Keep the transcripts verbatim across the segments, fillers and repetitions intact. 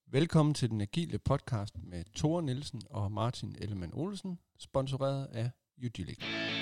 Velkommen til den agile podcast med Tore Nielsen og Martin Ellemann Olsen, sponsoreret af Udilic.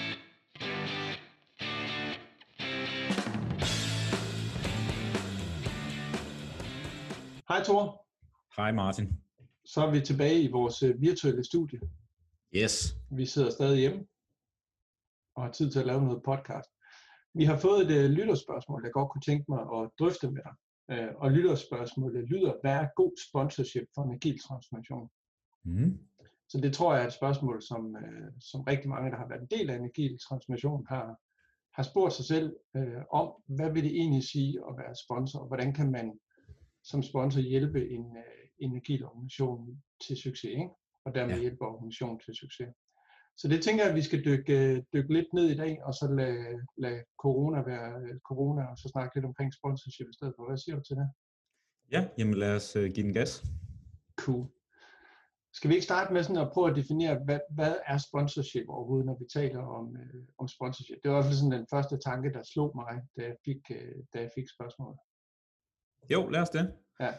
Hej Tore. Hej Martin. Så er vi tilbage i vores virtuelle studie. Yes. Vi sidder stadig hjemme og har tid til at lave noget podcast. Vi har fået et uh, lytterspørgsmål, jeg godt kunne tænke mig at drøfte med dig. Uh, og lytterspørgsmålet lyder, hvad er god sponsorship for en agil transformation? Mm. Så det tror jeg er et spørgsmål, som, uh, som rigtig mange, der har været en del af en agil transformation, har, har spurgt sig selv uh, om, hvad vil det egentlig sige at være sponsor, og hvordan kan man som sponsor hjælpe en, uh, en agil organisation til succes, ikke? Og dermed ja. hjælpe organisationen til succes. Så det tænker jeg, at vi skal dykke, dykke lidt ned i dag, og så lade, lade corona være corona, og så snakke lidt omkring sponsorship i stedet for. Hvad siger du til det? Ja, jamen lad os uh, give den gas. Cool. Skal vi ikke starte med sådan at prøve at definere, hvad, hvad er sponsorship overhovedet, når vi taler om, øh, om sponsorship? Det var i hvert fald sådan den første tanke, der slog mig, da jeg fik, øh, da jeg fik spørgsmålet. Jo, lad os det. Ja.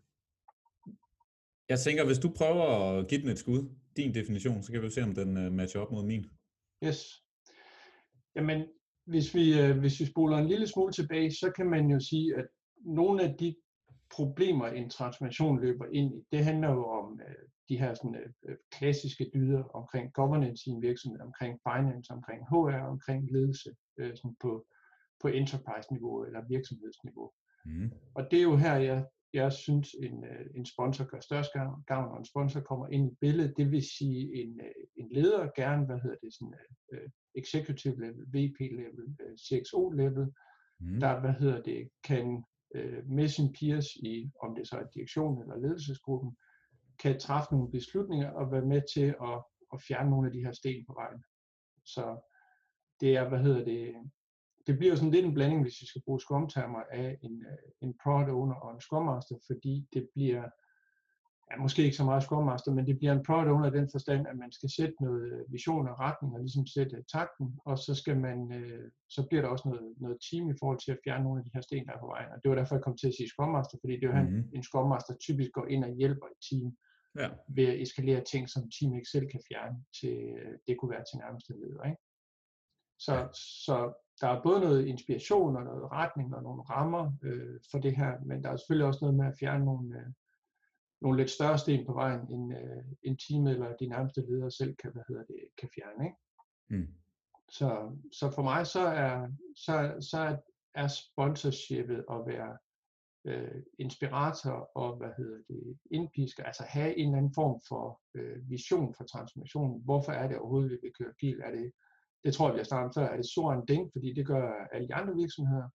Jeg tænker, hvis du prøver at give den et skud, din definition, så kan vi se, om den uh, matcher op mod min. Yes. Jamen, hvis vi, øh, hvis vi spoler en lille smule tilbage, så kan man jo sige, at nogle af de problemer, en transformation løber ind i, det handler jo om øh, de her sådan, øh, klassiske dyder omkring governance i en virksomhed, omkring finance, omkring H R, omkring ledelse øh, sådan på, på enterprise-niveau eller virksomhedsniveau. Mm. Og det er jo her, jeg Jeg synes, en, en sponsor gør størst gavn, og en sponsor kommer ind i billedet. Det vil sige, en, en leder gerne, hvad hedder det, sådan uh, executive level, V P level, uh, C X O level, mm. der, hvad hedder det, kan uh, med sine peers i, om det så er direktionen eller ledelsesgruppen, kan træffe nogle beslutninger og være med til at, at fjerne nogle af de her sten på vejen. Så det er, hvad hedder det, det bliver jo sådan lidt en blanding, hvis vi skal bruge Scrum-termer, af en, en product owner og en Scrum Master, fordi det bliver, ja, måske ikke så meget Scrum Master, men det bliver en product owner i den forstand, at man skal sætte noget vision og retning, og ligesom sætte takten, og så skal man, så bliver der også noget, noget team i forhold til at fjerne nogle af de her sten, der er på vejen. Og det var derfor, jeg kom til at sige Scrum Master, fordi det er jo mm-hmm. en Scrum Master typisk går ind og hjælper et team, ja. ved at eskalere ting, som team ikke selv kan fjerne, til, det kunne være til nærmeste leder, ikke? Så, ja. så der er både noget inspiration og noget retning og nogle rammer øh, for det her, men der er selvfølgelig også noget med at fjerne nogle, øh, nogle lidt større sten på vejen, end øh, en team eller de nærmeste ledere selv kan, hvad hedder det, kan fjerne, ikke? Mm. Så, så for mig så er, så, så er sponsorshipet at være øh, inspirator og hvad hedder det, indpisker, altså have en eller anden form for øh, vision for transformation. Hvorfor er det overhovedet, vi vil køre agil? Er det Det tror jeg, vi har startet før. Er det så en ding, fordi det gør alle de andre virksomheder?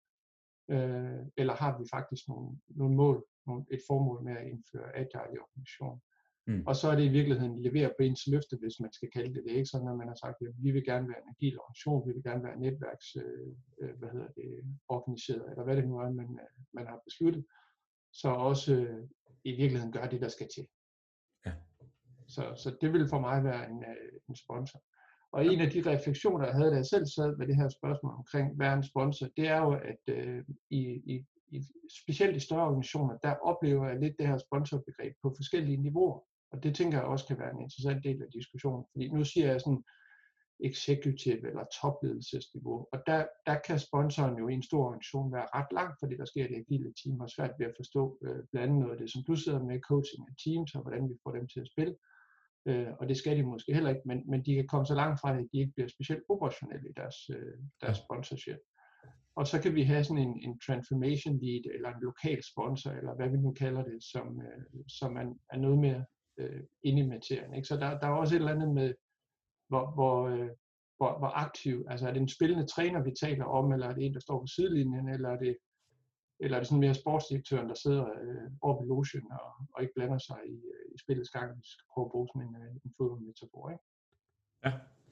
Øh, eller har vi faktisk nogle, nogle mål, nogle, et formål med at indføre agile i organisationen? Mm. Og så er det i virkeligheden levere på ens løfte, hvis man skal kalde det det. Ikke sådan, at man har sagt, at vi vil gerne være en agil organisation, vi vil gerne være netværks, øh, hvad hedder det, organiseret, eller hvad det nu er, man, man har besluttet. Så også øh, i virkeligheden gør det, der skal til. Ja. Så, så det vil for mig være en, en sponsor. Og en af de refleksioner, jeg havde, da jeg selv sad med det her spørgsmål omkring, hvad er en sponsor, det er jo, at øh, i, i, i, specielt i større organisationer, der oplever jeg lidt det her sponsorbegreb på forskellige niveauer. Og det tænker jeg også kan være en interessant del af diskussionen. Fordi nu siger jeg sådan executive eller topledelsesniveau, og der, der kan sponsoren jo i en stor organisation være ret langt, fordi der sker det agile team, og svært ved at forstå øh, blandt andet noget af det, som du sidder med, coaching af teams, og hvordan vi får dem til at spille. Uh, og det skal de måske heller ikke, men, men de kan komme så langt fra, at de ikke bliver specielt operationelle i deres, uh, deres sponsorship. Og så kan vi have sådan en, en transformation lead, eller en lokal sponsor, eller hvad vi nu kalder det, som, uh, som er, er noget mere uh, inde i materien. Ikke? Så der, der er også et eller andet med, hvor, hvor, uh, hvor, hvor aktiv, altså er det en spillende træner, vi taler om, eller er det en, der står på sidelinjen, eller er det Eller er det sådan mere sportsdirektøren, der sidder øh, oppe i logen og, og ikke blander sig i, øh, i spillets gang, hvis vi skal prøve at bruge sådan en, øh, en fodboldmetafor, ikke? Ja.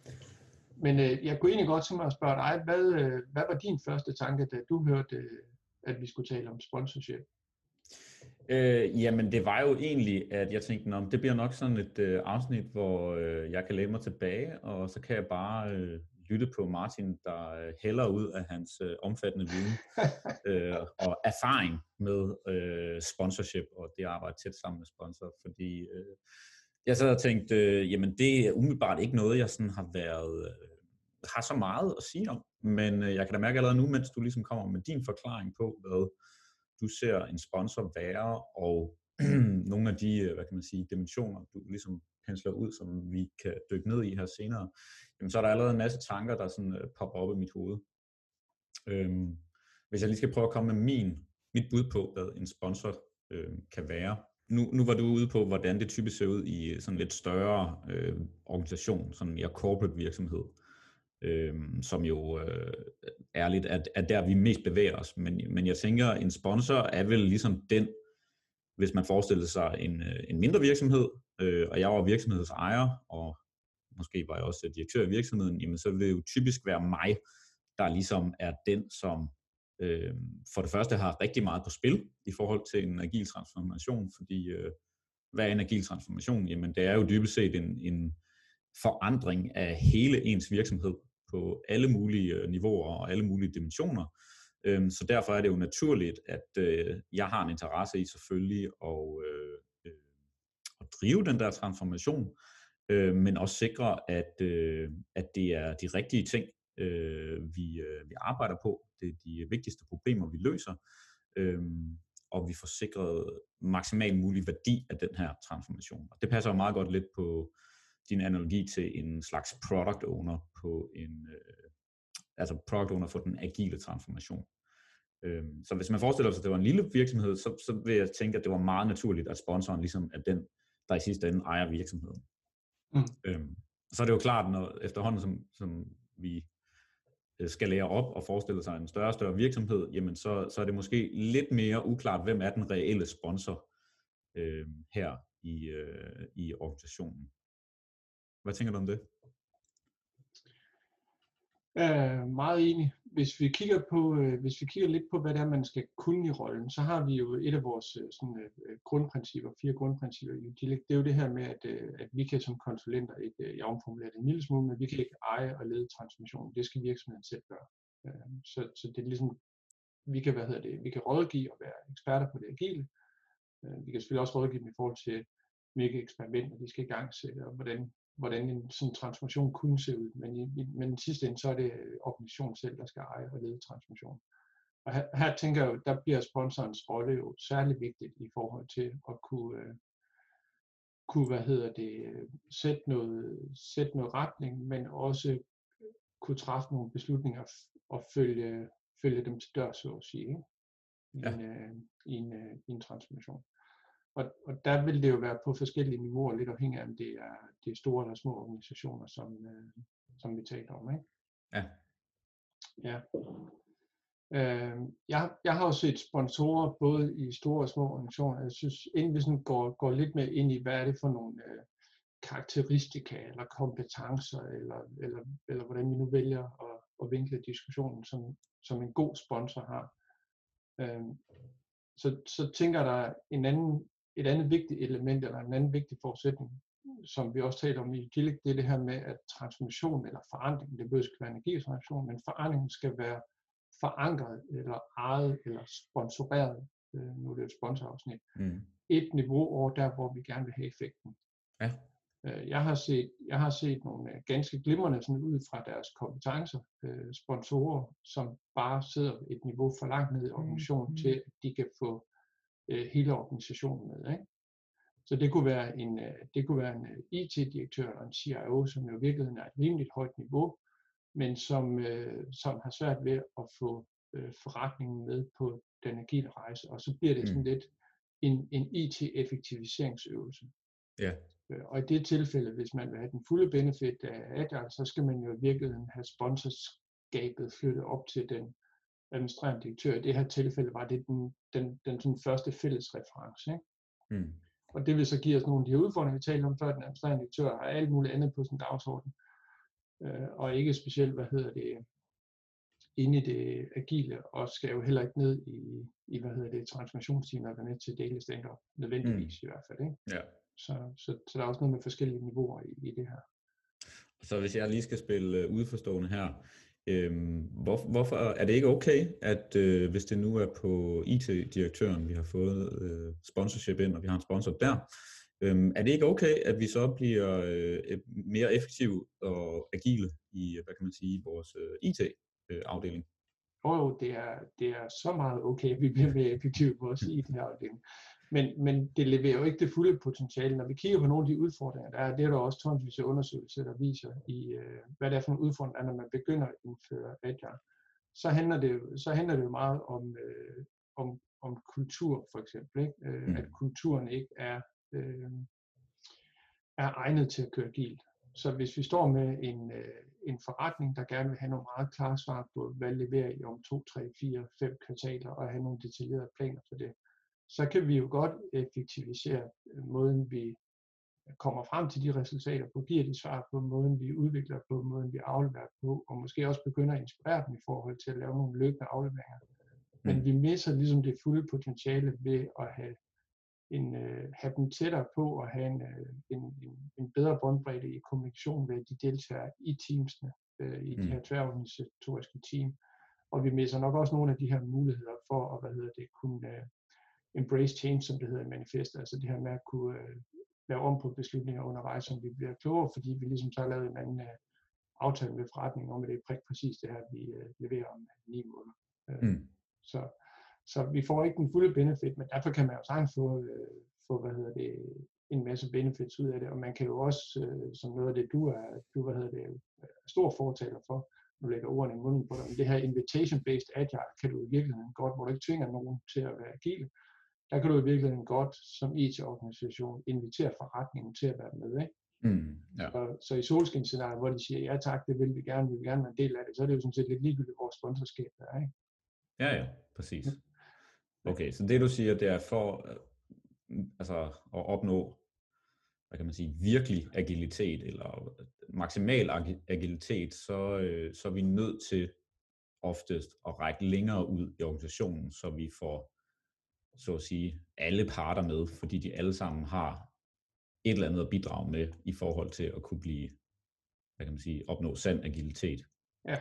Men øh, jeg kunne egentlig godt tænke mig at spørge dig, hvad, øh, hvad var din første tanke, da du hørte, øh, at vi skulle tale om sponsorship? Øh, jamen det var jo egentlig, at jeg tænkte, om det bliver nok sådan et øh, afsnit, hvor øh, jeg kan læne mig tilbage, og så kan jeg bare øh, lytte på Martin, der øh, hælder ud af hans øh, omfattende viden øh, og erfaring med øh, sponsorship og det at arbejde tæt sammen med sponsorer, fordi øh, jeg så har tænkt, øh, jamen det er umiddelbart ikke noget, jeg sådan har været, øh, har så meget at sige om, men øh, jeg kan da mærke allerede nu, mens du ligesom kommer med din forklaring på, hvad du ser en sponsor være, og nogle af de, hvad kan man sige, dimensioner, du ligesom pensler ud, som vi kan dykke ned i her senere, jamen så er der allerede en masse tanker, der sådan uh, popper op i mit hoved. Øhm, hvis jeg lige skal prøve at komme med min, mit bud på, hvad en sponsor øh, kan være. Nu, nu var du ude på, hvordan det typisk ser ud i sådan lidt større øh, organisation, sådan mere corporate virksomhed, øh, som jo øh, ærligt er, er der, vi mest bevæger os. Men, men jeg tænker, en sponsor er vel ligesom den, hvis man forestiller sig en, en mindre virksomhed, øh, og jeg var virksomhedsejer, og måske var jeg også direktør i virksomheden, jamen så vil det jo typisk være mig, der ligesom er den, som øh, for det første har rigtig meget på spil i forhold til en agil transformation, fordi øh, hvad er en agil transformation? Jamen det er jo dybest set en, en forandring af hele ens virksomhed på alle mulige niveauer og alle mulige dimensioner. Så derfor er det jo naturligt, at øh, jeg har en interesse i selvfølgelig at, øh, at drive den der transformation, øh, men også sikre, at, øh, at det er de rigtige ting, øh, vi, øh, vi arbejder på. Det er de vigtigste problemer, vi løser, øh, og vi får sikret maksimal mulig værdi af den her transformation. Og det passer jo meget godt lidt på din analogi til en slags product owner på en, øh, altså product owner for den agile transformation. Så hvis man forestiller sig, at det var en lille virksomhed, så, så vil jeg tænke, at det var meget naturligt, at sponsoren ligesom er den, der i sidste ende ejer virksomheden. Mm. Øhm, så er det jo klart, når efterhånden, som, som vi skal lære op og forestille sig en større og større virksomhed, jamen så, så er det måske lidt mere uklart, hvem er den reelle sponsor øh, her i, øh, i organisationen. Hvad tænker du om det? Uh, meget enig. Hvis vi kigger på, uh, hvis vi kigger lidt på, hvad det er, man skal kunne i rollen, så har vi jo et af vores uh, sådan, uh, grundprincipper, fire grundprincipper i Udilic. Det er jo det her med, at, uh, at vi kan som konsulenter ikke, uh, jeg omformulerer det en lille smule, men vi kan ikke eje og lede transformationen. Det skal virksomheden selv gøre. Uh, så, så det er ligesom, vi kan, hvad hedder det, vi kan rådgive og være eksperter på det agile. Uh, vi kan selvfølgelig også rådgive dem i forhold til, hvilke eksperimenter de skal i gang sætte, og hvordan hvordan en sådan transformation kunne se ud, men i, men i sidste ende, så er det organisationen selv, der skal eje og lede transformationen. Og her, her tænker jeg jo, der bliver sponsorens rolle jo særlig vigtigt i forhold til at kunne, uh, kunne hvad hedder det, sætte noget, sætte noget retning, men også kunne træffe nogle beslutninger og følge, følge dem til dør, så at sige, ikke? I, ja. en, uh, i, en, uh, i en transformation. Og, og der vil det jo være på forskellige niveauer, lidt afhængig af, om det er, det er store eller små organisationer, som, øh, som vi taler om, ikke? Ja. Ja. Øh, jeg, jeg har jo set sponsorer, både i store og små organisationer. Jeg synes, inden vi sådan går, går lidt mere ind i, hvad er det for nogle øh, karakteristika, eller kompetencer, eller, eller, eller hvordan vi nu vælger at, at vinkle diskussionen, som, som en god sponsor har. Øh, så, så tænker der en anden Et andet vigtigt element, eller en anden vigtig forudsætning, som vi også taler om i Udilic, det er det her med, at transformation eller forandring, det både skal være energitransformation, men forandringen skal være forankret, eller ejet, eller sponsoreret, øh, nu er det et sponsorafsnit, mm. et niveau over der, hvor vi gerne vil have effekten. Ja. Øh, jeg, har set, jeg har set nogle øh, ganske glimrende sådan ud fra deres kompetencer, øh, sponsorer, som bare sidder et niveau for langt ned i organisationen, mm. til at de kan få hele organisationen med, ikke? Så det kunne være en, det kunne være en I T-direktør eller en C I O, som jo i virkeligheden er et rimeligt højt niveau, men som, som har svært ved at få forretningen med på den agile rejse, og så bliver det sådan mm. lidt en, en I T-effektiviseringsøvelse. Ja. Og i det tilfælde, hvis man vil have den fulde benefit af Agile, så skal man jo i virkeligheden have sponsorskabet flyttet op til den administrerende direktør. I det her tilfælde var det den, den, den sådan første fælles reference. Ikke? Mm. Og det vil så give os nogle af de her udfordringer, vi talte om før. Den administrerende direktør har alt muligt andet på sin dagsorden, øh, og ikke specielt, hvad hedder det, inde i det agile, og skal jo heller ikke ned i, i hvad hedder det, transformationsteamet, og være med til daily stand-up, nødvendigvis mm. i hvert fald. Ikke? Ja. Så, så, så der er også noget med forskellige niveauer i, i det her. Så hvis jeg lige skal spille udforstående her, øhm, hvor, hvorfor er det ikke okay, at øh, hvis det nu er på I T-direktøren, vi har fået øh, sponsorship ind, og vi har en sponsor der, øhm, er det ikke okay, at vi så bliver øh, mere effektive og agile i, hvad kan man sige, vores øh, I T-afdeling? Jo, jo, det er, det er så meget okay, at vi bliver mere effektive på vores I T-afdeling. Men, men det leverer jo ikke det fulde potentiale. Når vi kigger på nogle af de udfordringer, der er, det er der også tonsvis af undersøgelser, der viser, i, øh, hvad det er for nogle udfordringer, når man begynder at indføre Agile. Så handler det jo, så handler det jo meget om, øh, om, om kultur, for eksempel. Ikke? Øh, mm. At kulturen ikke er, øh, er egnet til at køre agilt. Så hvis vi står med en, øh, en forretning, der gerne vil have nogle meget klare svar på, hvad leverer I om to, tre, fire, fem kvartaler, og have nogle detaljerede planer for det, så kan vi jo godt effektivisere måden, vi kommer frem til de resultater på, giver de svar på, måden vi udvikler på, måden vi afleverer på, og måske også begynder at inspirere dem i forhold til at lave nogle løbende afleveringer. Men vi misser ligesom det fulde potentiale ved at have, en, uh, have dem tættere på og have en, uh, en, en, en bedre båndbredde i kommunikation med de deltagere i teamsene, uh, i de her tværorganisatoriske team. Og vi misser nok også nogle af de her muligheder for at hvad hedder det, kunne uh, embrace change, som det hedder i manifestet, altså det her med at kunne uh, lave om på beslutninger undervejs, som vi bliver klogere, fordi vi ligesom så har lavet en anden uh, aftale med forretningen om, at det er præ- præcis det her, vi uh, leverer om uh, ni måneder. Uh, mm. Så, så vi får ikke den fulde benefit, men derfor kan man jo sagtens få, uh, få hvad hedder det, en masse benefits ud af det, og man kan jo også, uh, som noget af det, du er, du, hvad hedder det, stor fortaler for, nu lægger ordene i munden på dig, men det her invitation-based agile kan du i virkeligheden godt, hvor du ikke tvinger nogen til at være agile, der kan du i virkeligheden godt som I T-organisation invitere forretningen til at være med. Ikke? Mm, ja. så, så i solskinsscenariet, hvor de siger, ja tak, det vil vi gerne, vi vil gerne være en del af det, så er det jo sådan set lidt ligegyldigt, hvor sponsorskab er. Ikke? Ja, ja, præcis. Okay, så det du siger, det er for altså, at opnå, hvad kan man sige, virkelig agilitet, eller maksimal agilitet, så, øh, så er vi nødt til oftest at række længere ud i organisationen, så vi får, så at sige, alle parter med, fordi de alle sammen har et eller andet at bidrage med i forhold til at kunne blive, hvad kan man sige, opnå sand agilitet. Ja.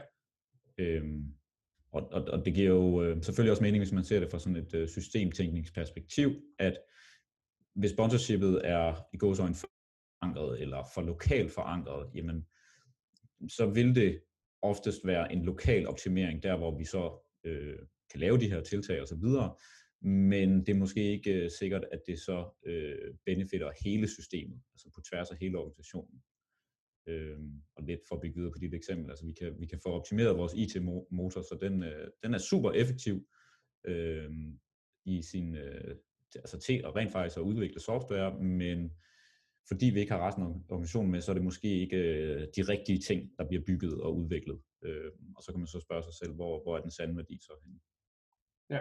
Øhm, og, og, og det giver jo øh, selvfølgelig også mening, hvis man ser det fra sådan et øh, systemtænkningsperspektiv, at hvis sponsorshipet er i gåseøjne forankret eller for lokalt forankret, jamen, så vil det oftest være en lokal optimering, der hvor vi så øh, kan lave de her tiltag og så videre, men det er måske ikke uh, sikkert, at det så uh, benefitter hele systemet, altså på tværs af hele organisationen. Uh, og lidt for at bygge videre på dit eksempel, altså vi kan, vi kan få optimeret vores I T-motor, så den, uh, den er super effektiv uh, i sin, uh, altså til at rent faktisk at udvikle software, men fordi vi ikke har resten af organisationen med, så er det måske ikke uh, de rigtige ting, der bliver bygget og udviklet. Uh, og så kan man så spørge sig selv, hvor, hvor er den sande værdi så henne? Ja.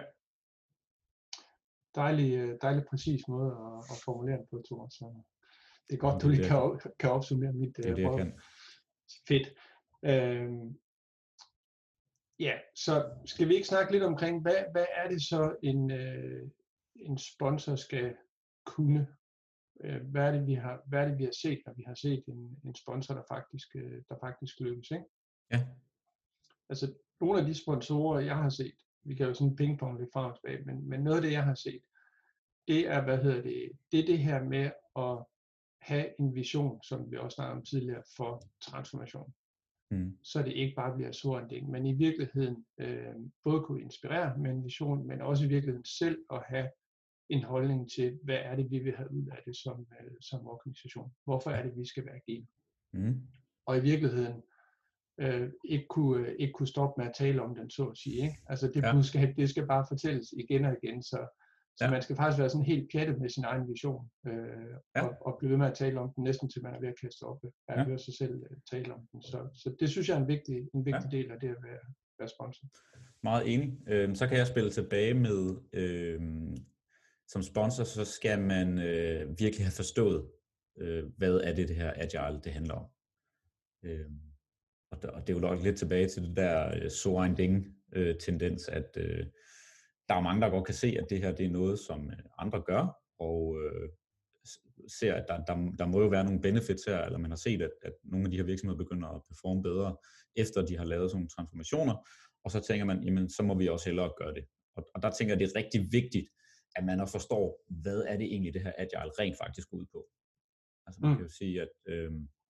Dejlig, dejlig præcis måde at, at formulere det på, Thor. Så det er godt, ja, det du lige kan, op, kan opsummere mit det, det kan. Fedt. Øhm, ja, så skal vi ikke snakke lidt omkring, hvad, hvad er det så en, øh, en sponsor skal kunne? Hvad er det, vi har, hvad er det, vi har set, når vi har set en, en sponsor, der faktisk, der faktisk lykkes, ikke? Ja. Altså, nogle af de sponsorer, jeg har set, vi kan jo sådan pingpong lidt frem og tilbage, men, men noget af det, jeg har set, det er, hvad hedder det, det er det her med at have en vision, som vi også snakkede om tidligere, for transformation. Mm. Så det ikke bare bliver sort en ting, men i virkeligheden øh, både kunne inspirere med en vision, men også i virkeligheden selv at have en holdning til, hvad er det, vi vil have ud af det som, øh, som organisation. Hvorfor er det, vi skal være agile? Mm. Og i virkeligheden øh, ikke, kunne, øh, ikke kunne stoppe med at tale om den, så at sige. Ikke? Altså det ja. budskab, det skal bare fortælles igen og igen, så, så ja. man skal faktisk være sådan helt pjattet med sin egen vision, øh, ja. og, og blive ved med at tale om den, næsten til man er ved at kaste op, at ja. høre sig selv uh, tale om den. Så, så det synes jeg er en vigtig, en vigtig ja. del af det at være, være sponsor. Meget enig. Øh, så kan jeg spille tilbage med, øh, som sponsor, så skal man øh, virkelig have forstået, øh, hvad er det, det her agile, det handler om. Øh, og, der, og det er jo nok lidt tilbage til det der øh, so ein Ding øh, tendens, at øh, der er mange, der godt kan se, at det her det er noget, som andre gør, og øh, ser, at der, der, der må jo være nogle benefits her, eller man har set, at, at nogle af de her virksomheder begynder at performe bedre, efter de har lavet sådan nogle transformationer, og så tænker man, jamen så må vi også hellere gøre det. Og, og der tænker jeg, det er rigtig vigtigt, at man også forstår, hvad er det egentlig, det her agile rent faktisk går ud på. Altså man mm. kan jo sige, at øh,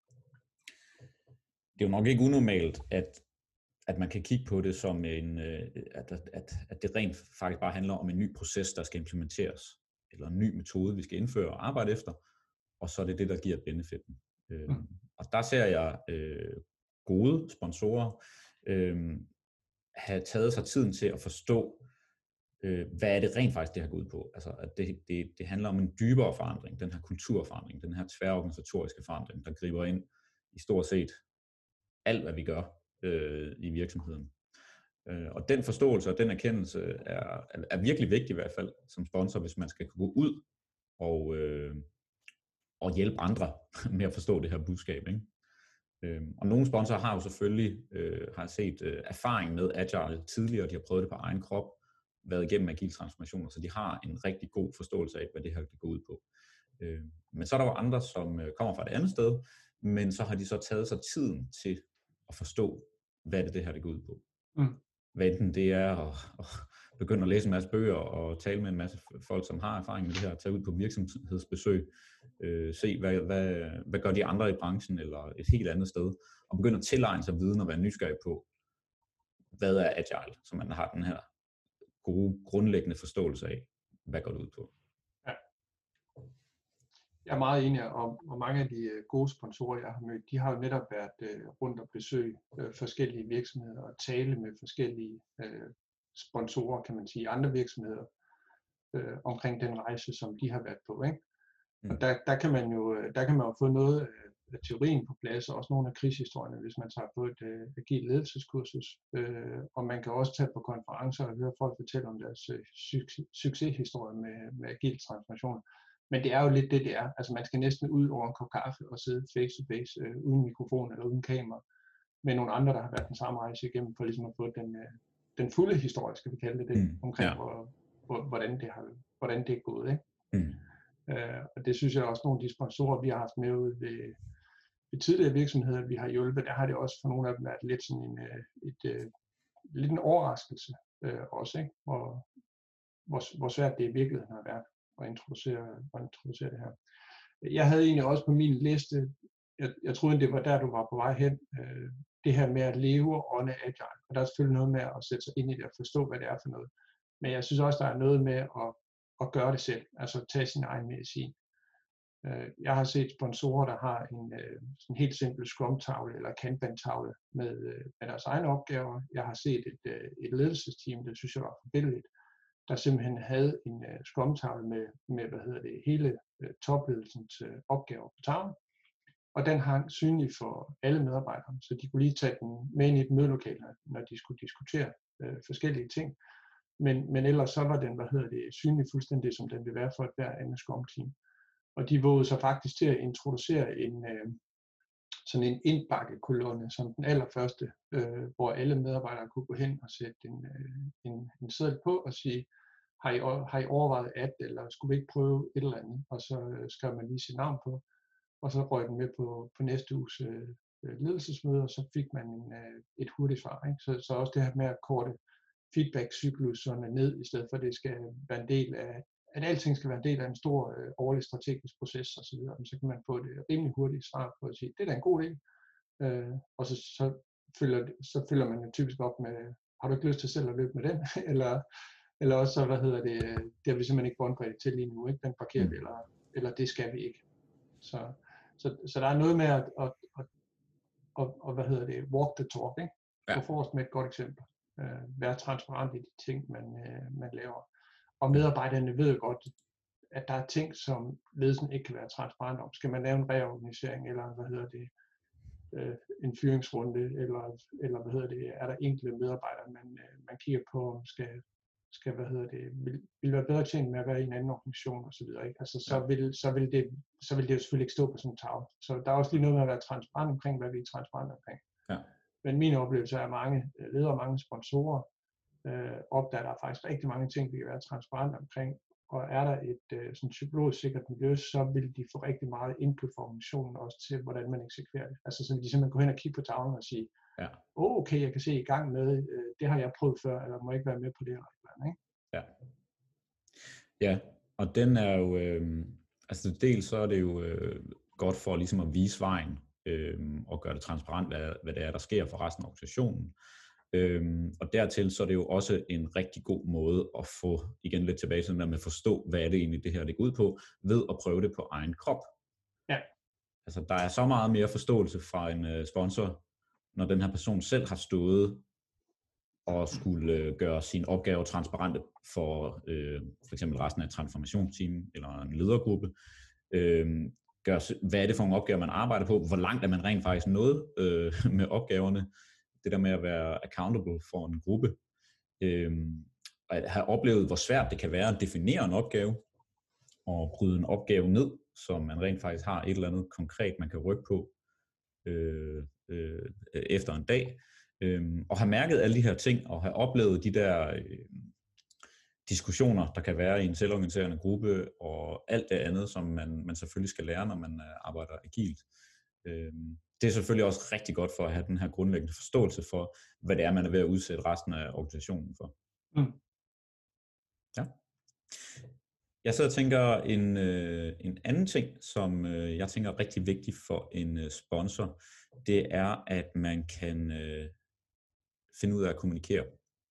det er jo nok ikke unormalt, at, at man kan kigge på det som en, øh, at, at, at det rent faktisk bare handler om en ny proces, der skal implementeres, eller en ny metode, vi skal indføre og arbejde efter, og så er det det, der giver benefitten. Øh, mm. Og der ser jeg øh, gode sponsorer øh, have taget sig tiden til at forstå, øh, hvad er det rent faktisk, det har gået ud på. Altså, at det, det, det handler om en dybere forandring, den her kulturforandring, den her tværorganisatoriske forandring, der griber ind i stort set alt, hvad vi gør øh, i virksomheden. Øh, og den forståelse og den erkendelse er, er, er virkelig vigtig i hvert fald som sponsor, hvis man skal kunne gå ud og, øh, og hjælpe andre med at forstå det her budskab, ikke? Øh, og nogle sponsorer har jo selvfølgelig øh, har set øh, erfaring med agile tidligere, de har prøvet det på egen krop, været igennem agile transformationer, så de har en rigtig god forståelse af, hvad det her det går ud på. Øh, men så er der jo andre, som øh, kommer fra et andet sted, men så har de så taget sig tiden til at forstå, hvad det, det her det går ud på. Mm. Hvad enten det er at, at begynde at læse en masse bøger og tale med en masse folk, som har erfaring med det her, tage ud på virksomhedsbesøg, øh, se hvad, hvad, hvad gør de andre i branchen eller et helt andet sted, og begynde at tilegne sig viden og være nysgerrig på, hvad er agile, så man har den her gode, grundlæggende forståelse af, hvad går det ud på. Ja. Jeg er meget enig, og, og mange af de gode sponsorer, jeg har mødt, de har jo netop været øh, rundt og besøge øh, forskellige virksomheder og tale med forskellige øh, sponsorer, kan man sige, andre virksomheder øh, omkring den rejse, som de har været på, ikke? Mm. Og der, der, kan man jo, der kan man jo få noget af teorien på plads, og også nogle af krigshistorierne, hvis man tager på et øh, agilt ledelseskursus. Øh, og man kan også tage på konferencer og høre folk fortælle om deres øh, succes, succeshistorie med, med agil transformation. Men det er jo lidt det, det er. Altså man skal næsten ud over en kop kaffe og sidde face to face, øh, uden mikrofon eller uden kamera, med nogle andre, der har været den samme rejse igennem, for ligesom at få den, øh, den fulde historie, skal vi kalde det det, mm. omkring, ja. hvor, hvor, hvordan, det har, hvordan det er gået, ikke? Mm. Uh, og det synes jeg også, nogle af de sponsorer, vi har haft med ude ved, ved tidligere virksomheder, vi har hjulpet, der har det også for nogle af dem været lidt sådan en, uh, et, uh, lidt en overraskelse uh, også, ikke? Hvor, hvor, hvor svært det i virkeligheden har været at introducere, at introducere det her. Jeg havde egentlig også på min liste, jeg, jeg troede, det var der, du var på vej hen, uh, det her med at leve og ånde agile. Og der er selvfølgelig noget med at sætte sig ind i det og forstå, hvad det er for noget. Men jeg synes også, der er noget med at og gøre det selv, altså tage sin egen medicin. Jeg har set sponsorer, der har en sådan helt simpel Scrum-tavle eller Kanban-tavle med, med deres egne opgaver. Jeg har set et, et ledelsesteam, det synes jeg var forbilledligt, der simpelthen havde en Scrum-tavle med, med hvad hedder det, hele topledelsens opgaver på tavlen. Og den hang synlig for alle medarbejdere, så de kunne lige tage den med ind i et mødelokale, når de skulle diskutere øh, forskellige ting. Men, men ellers så var den, hvad hedder det, synlig fuldstændig, som den vil være for et hver andet Scrum-team. Og de vågede sig faktisk til at introducere en, øh, sådan en indbakkekolonne som den allerførste, øh, hvor alle medarbejdere kunne gå hen og sætte en, øh, en, en seddel på og sige, har I, har I overvejet at, eller skulle vi ikke prøve et eller andet? Og så øh, skrev man lige sit navn på, og så røg den med på, på næste uges øh, ledelsesmøde, og så fik man en, øh, et hurtigt svar, ikke? Så, så også det her med at korte feedback-cykluserne ned, i stedet for at det skal være en del af, at alting skal være en del af en stor øh, årlig strategisk proces osv., så kan man få et rimelig hurtigt svar på at sige, det er da en god idé. Øh, og så, så, følger, så følger man typisk op med, har du ikke lyst til selv at løbe med den? eller, eller også, så, hvad hedder det, det har vi simpelthen ikke båndbredt til lige nu, ikke? Den parkerer vi, eller, eller det skal vi ikke. Så, så, så der er noget med at, at, at, at, at hvad hedder det, walk the talk, ikke? Gå forrest med et godt eksempel. Øh, være transparent i de ting, man, øh, man laver. Og medarbejderne ved godt, at der er ting, som ledelsen ikke kan være transparent om. Skal man lave en reorganisering, eller hvad hedder det, øh, en fyringsrunde, eller, eller hvad hedder det, er der enkelte medarbejdere, man, øh, man kigger på, skal, skal hvad hedder det, vil, vil være bedre tjent med at være i en anden organisation osv. Altså, så, vil, så, vil det, så vil det jo selvfølgelig ikke stå på sådan en tavle. Så der er også lige noget med at være transparent omkring, hvad vi er transparent omkring. Ja. Men min oplevelse er, at mange ledere og mange sponsorer øh, opdager, at der er faktisk rigtig mange ting, vi kan være transparente omkring, og er der et øh, sådan psykologisk sikkert miljø, så vil de få rigtig meget input fra organisationen også til, hvordan man eksekverer det. Altså så vil de simpelthen gå hen og kigge på tavlen og sige, Ja. oh, okay, jeg kan se i gang med, øh, det har jeg prøvet før, eller må ikke være med på det eller andet, ikke? Ja. Ja, og den er jo, øh, altså dels så er det jo øh, godt for ligesom at vise vejen, øh, og gøre det transparent, hvad, hvad det er, der sker for resten af organisationen. Øhm, og dertil så er det jo også en rigtig god måde at få, igen lidt tilbage til den der med at forstå, hvad er det egentlig det her det går ud på, ved at prøve det på egen krop. Ja. Altså der er så meget mere forståelse fra en uh, sponsor, når den her person selv har stået og skulle uh, gøre sine opgaver transparente for uh, for eksempel resten af et transformationsteam eller en ledergruppe. Uh, gør, hvad er det for nogle opgaver, man arbejder på? Hvor langt er man rent faktisk nået uh, med opgaverne? Det der med at være accountable for en gruppe, øhm, at have oplevet, hvor svært det kan være at definere en opgave, og bryde en opgave ned, så man rent faktisk har et eller andet konkret, man kan rykke på øh, øh, efter en dag, øhm, og have mærket alle de her ting, og have oplevet de der øh, diskussioner, der kan være i en selvorganiserende gruppe, og alt det andet, som man, man selvfølgelig skal lære, når man arbejder agilt. Øhm, Det er selvfølgelig også rigtig godt for at have den her grundlæggende forståelse for, hvad det er, man er ved at udsætte resten af organisationen for. Mm. Ja. Jeg så tænker en, øh, en anden ting, som øh, jeg tænker er rigtig vigtig for en øh, sponsor, det er, at man kan øh, finde ud af at kommunikere.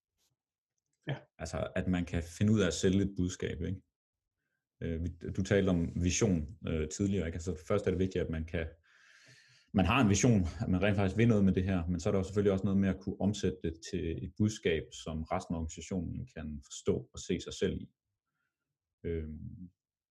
Ja. Altså, at man kan finde ud af at sælge et budskab, ikke? Øh, du talte om vision øh, tidligere, ikke? Altså, først er det vigtigt, at man kan man har en vision, at man rent faktisk vil noget med det her, men så er der jo selvfølgelig også noget med at kunne omsætte det til et budskab, som resten af organisationen kan forstå og se sig selv i. Øhm.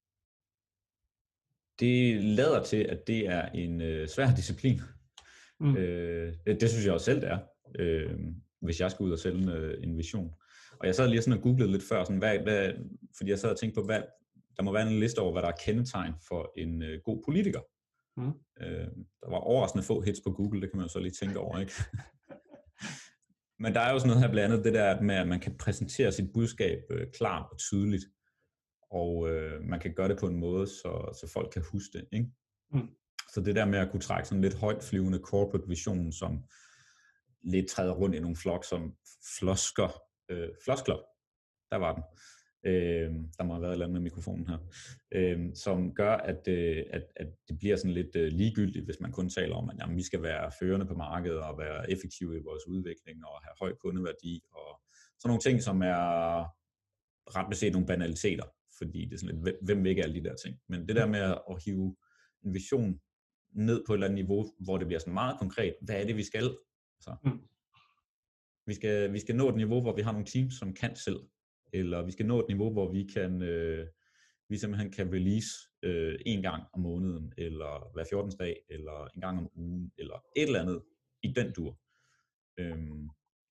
Det lader til, at det er en øh, svær disciplin. Mm. Øh, det, det synes jeg også selv, det er, øh, hvis jeg skal ud og sælge en, øh, en vision. Og jeg sad lige sådan og googlede lidt før, sådan, hvad, hvad, fordi jeg sad og tænkte på, hvad, der må være en liste over, hvad der er kendetegn for en øh, god politiker. Mm. Øh, der var overraskende få hits på Google, det kan man jo så lige tænke over, ikke? Men der er jo sådan noget her blandt andet det der med, at man kan præsentere sit budskab øh, klart og tydeligt, og øh, man kan gøre det på en måde, så, så folk kan huske det, ikke? Mm. Så det der med at kunne trække sådan lidt højtflyvende corporate vision, som lidt træder rundt i nogle flok, som flosker, øh, floskler, der var den. Øh, der må have været et eller andet med mikrofonen her, øh, som gør, at, øh, at, at det bliver sådan lidt øh, ligegyldigt, hvis man kun taler om, at jamen, vi skal være førende på markedet og være effektive i vores udvikling og have høj kundeværdi og sådan nogle ting, som er ret beset nogle banaliteter, fordi det er sådan lidt, hvem vil ikke alle de der ting. Men det der med at hive en vision ned på et eller andet niveau, hvor det bliver sådan meget konkret, hvad er det, vi skal? Så, mm. vi skal, vi skal nå et niveau, hvor vi har nogle teams, som kan selv, eller vi skal nå et niveau, hvor vi kan øh, vi simpelthen kan release øh, en gang om måneden, eller hver fjortende dag, eller en gang om ugen, eller et eller andet i den dur. Øhm.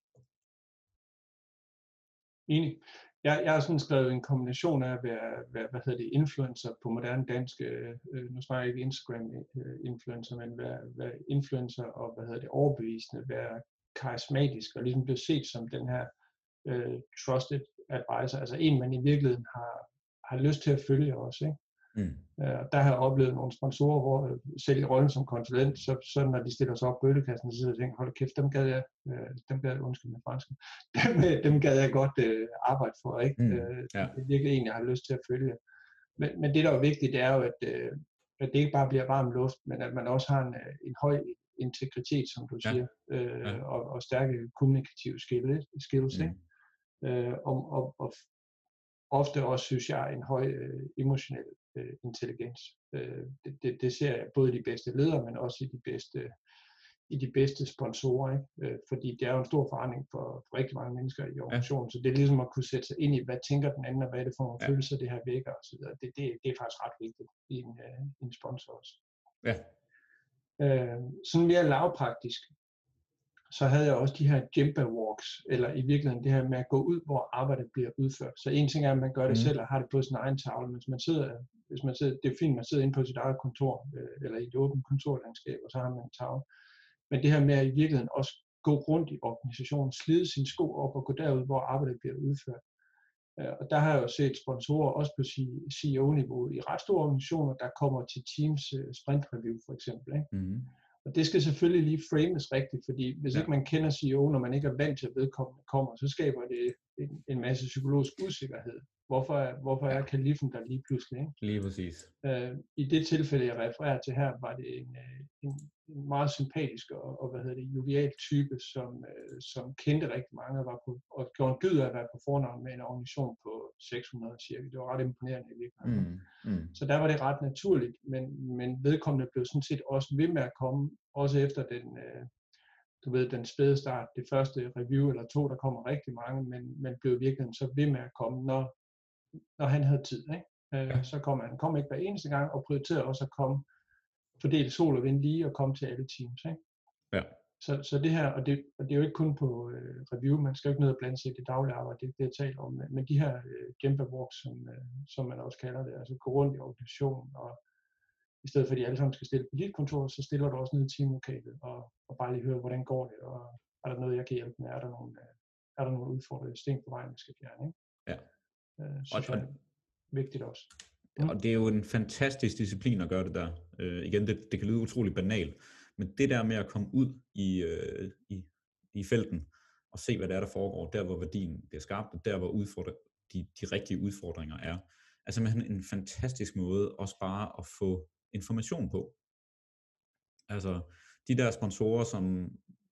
Enig. Jeg, jeg har sådan skrevet en kombination af at være, være hvad hedder det, influencer på moderne dansk, øh, nu snakker jeg ikke Instagram-influencer, men være, være influencer og hvad hedder det, overbevisende, være karismatisk og ligesom blive set som den her øh, trusted advisor, altså en, man i virkeligheden har, har lyst til at følge også, ikke? Mm. Uh, der har jeg oplevet nogle sponsorer, hvor uh, selv i rollen som konsulent, så, så når de stiller sig op på bøllekassen, så sidder jeg og tænker, hold kæft, dem gad jeg, uh, dem gad jeg, undskyld med fransk, dem, dem gad jeg godt uh, arbejde for, ikke? Mm. Uh, ja. Det er virkelig en, jeg har lyst til at følge. Men, men det, der er vigtigt, det er jo, at, uh, at det ikke bare bliver varm luft, men at man også har en, en høj integritet, som du ja. siger, uh, ja. og, og stærke kommunikative skills, skills mm. ikke? Uh, og, og, og ofte også, synes jeg, en høj øh, emotionel øh, intelligens. Øh, det, det, det ser jeg både i de bedste ledere, men også i de bedste, i de bedste sponsorer, ikke? Øh, fordi det er jo en stor forandring for, for rigtig mange mennesker i organisationen, ja. Så det er ligesom at kunne sætte sig ind i, hvad tænker den anden, og hvad er det for nogle ja. følelser, det her vækker, og så videre. Det, det, det er faktisk ret vigtigt i en, øh, en sponsor også. Ja. Øh, sådan mere lavpraktisk, så havde jeg også de her Gemba walks, eller i virkeligheden det her med at gå ud, hvor arbejdet bliver udført. Så en ting er, at man gør det mm. selv og har det på sin egen tavle, men hvis man sidder, hvis man sidder, det er fint, man sidder inde på sit eget kontor, øh, eller i et åbent kontorlandskab, og så har man en tavle. Men det her med at i virkeligheden også gå rundt i organisationen, slide sine sko op og gå derud, hvor arbejdet bliver udført, Og der har jeg jo set sponsorer også på C E O-niveau i ret store organisationer, der kommer til Teams sprint review for eksempel. Ikke? Mm-hmm. Og det skal selvfølgelig lige frames rigtigt, fordi hvis ja. ikke man kender C E O, når man ikke er vant til at vedkommende kommer, så skaber det en, en masse psykologisk usikkerhed. Hvorfor er, hvorfor er kalifen der lige pludselig? Ikke? Lige præcis. Uh, I det tilfælde, jeg refererer til her, var det en, en, en meget sympatisk og, og hvad hedder det, jovial type, som, uh, som kendte rigtig mange og, var på, og gjorde en dyd af at være på fornavn med en organisation på seks hundrede cirka. Det var ret imponerende i virkeligheden. Mm, mm. Så der var det ret naturligt, men, men vedkommende blev sådan set også ved med at komme, også efter den, uh, du ved, den spæde start, det første review eller to, der kommer rigtig mange, men, men blev virkelig så ved med at komme, når, når han havde tid, ikke? Ja. Så kom han kom ikke hver eneste gang, og prioriterede også at komme, fordele sol og vind lige, og komme til alle teams. Ikke? Ja. Så, så det her, og det, og det er jo ikke kun på øh, review, man skal jo ikke ned og blande sig i det daglige arbejde, det er det, jeg taler om, men de her øh, Gemba walks, som, øh, som man også kalder det, altså gå rundt i organisationen, og i stedet for at de alle sammen skal stille på dit kontor, så stiller du også ned i teamlokalet, og, og bare lige høre, hvordan går det, og er der noget, jeg kan hjælpe med, er der nogle, øh, er der nogle udfordrende sten på vejen, vi skal fjerne. Ikke? Ja. Øh, synes og, jeg, vigtigt også. Mm. Og det er jo en fantastisk disciplin at gøre det der. Øh, igen, det, det kan lyde utroligt banalt, men det der med at komme ud i, øh, i, i felten og se, hvad det er, der foregår, der hvor værdien bliver skabt, og der hvor udfordre, de, de rigtige udfordringer er, er simpelthen en fantastisk måde også bare at få information på. Altså, de der sponsorer, som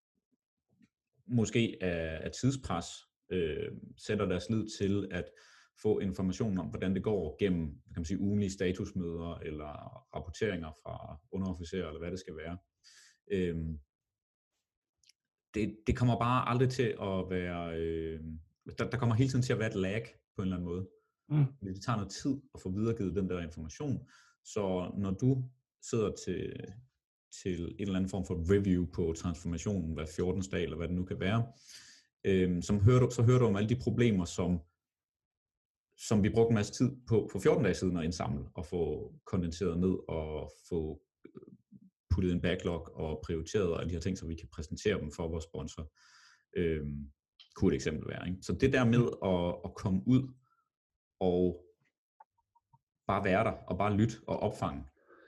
måske er, er tidspres, øh, sætter deres lid til at få information om, hvordan det går gennem, kan man sige, ugenlige statusmøder eller rapporteringer fra underofficerer, eller hvad det skal være. Øhm, det, det kommer bare aldrig til at være, øh, der, der kommer hele tiden til at være et lag på en eller anden måde. Mm. Det tager noget tid at få videregivet den der information, så når du sidder til, til en eller anden form for review på transformationen hver fjortende dag, eller hvad det nu kan være, øh, som hører du, så hører du om alle de problemer, som som vi brugte en masse tid på for fjorten dage siden at indsamle og få kondenseret ned og få puttet en backlog og prioriteret og alle de her ting, så vi kan præsentere dem for vores sponsor. Øhm, kunne et eksempel være. Ikke? Så det der med at, at komme ud og bare være der og bare lytte og opfange.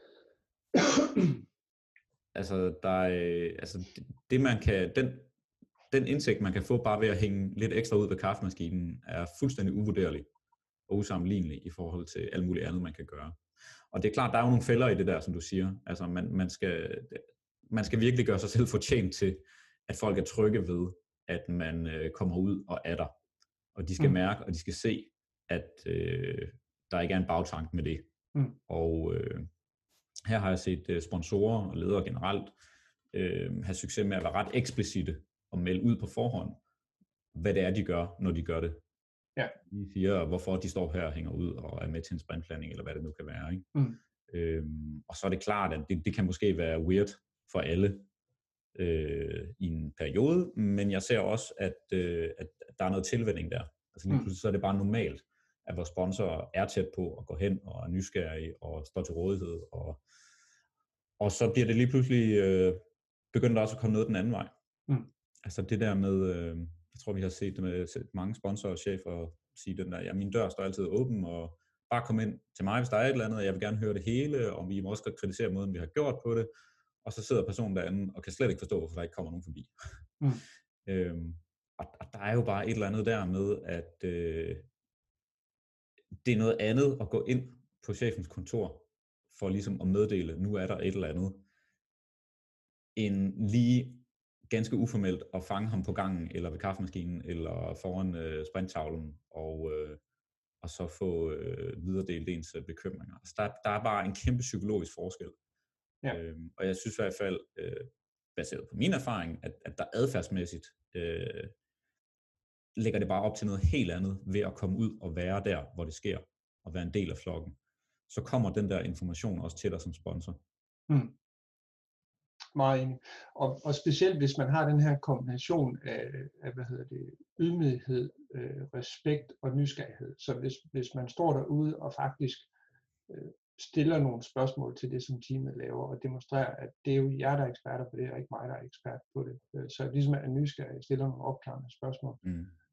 altså, der er, altså det man kan, den, den indsigt man kan få bare ved at hænge lidt ekstra ud ved kaffemaskinen er fuldstændig uvurderlig og usammenlignelig i forhold til alt muligt andet, man kan gøre. Og det er klart, der er jo nogle fælder i det der, som du siger. Altså, man, man, skal, man skal virkelig gøre sig selv fortjent til, at folk er trygge ved, at man øh, kommer ud og er der. Og de skal mm. mærke, og de skal se, at øh, der ikke er en bagtank med det. Mm. Og øh, her har jeg set øh, sponsorer og ledere generelt øh, have succes med at være ret eksplicite og melde ud på forhånd, hvad det er, de gør, når de gør det. Ja. De siger, hvorfor de står her og hænger ud og er med til en sprintplanning, eller hvad det nu kan være. Ikke? Mm. Øhm, og så er det klart, at det, det kan måske være weird for alle øh, i en periode, men jeg ser også, at, øh, at der er noget tilvænning der. Altså lige pludselig så er det bare normalt, at vores sponsorer er tæt på og går hen og er nysgerrige og står til rådighed. Og, og så bliver det lige pludselig øh, begyndt også at komme noget den anden vej. Mm. Altså det der med... Øh, Jeg tror, vi har set det med mange sponsorer og chefer sige den der, ja, min dør står altid åben, og bare kom ind til mig, hvis der er et eller andet, og jeg vil gerne høre det hele, og vi må også godt kritisere måden, vi har gjort på det, og så sidder personen derinde og kan slet ikke forstå, hvorfor der ikke kommer nogen forbi. Mm. øhm, og, og der er jo bare et eller andet der med, at øh, det er noget andet at gå ind på chefens kontor, for ligesom at meddele, nu er der et eller andet, end lige ganske uformelt at fange ham på gangen, eller ved kaffemaskinen, eller foran øh, sprinttavlen, og, øh, og så få øh, videredelt ens øh, bekymringer. Altså, der, der er bare en kæmpe psykologisk forskel. Ja. Øhm, og jeg synes i hvert fald, øh, baseret på min erfaring, at, at der adfærdsmæssigt øh, lægger det bare op til noget helt andet, ved at komme ud og være der, hvor det sker, og være en del af flokken. Så kommer den der information også til dig som sponsor. Mm. Meget enig. Og, og specielt hvis man har den her kombination af, af hvad hedder det, ydmyghed, øh, respekt og nysgerrighed. Så hvis, hvis man står derude og faktisk øh, stiller nogle spørgsmål til det, som teamet laver, og demonstrerer, at det er jo jer, der er eksperter på det, og ikke mig, der er ekspert på det. Så ligesom er nysgerrig, stiller nogle opklarende spørgsmål. Mm.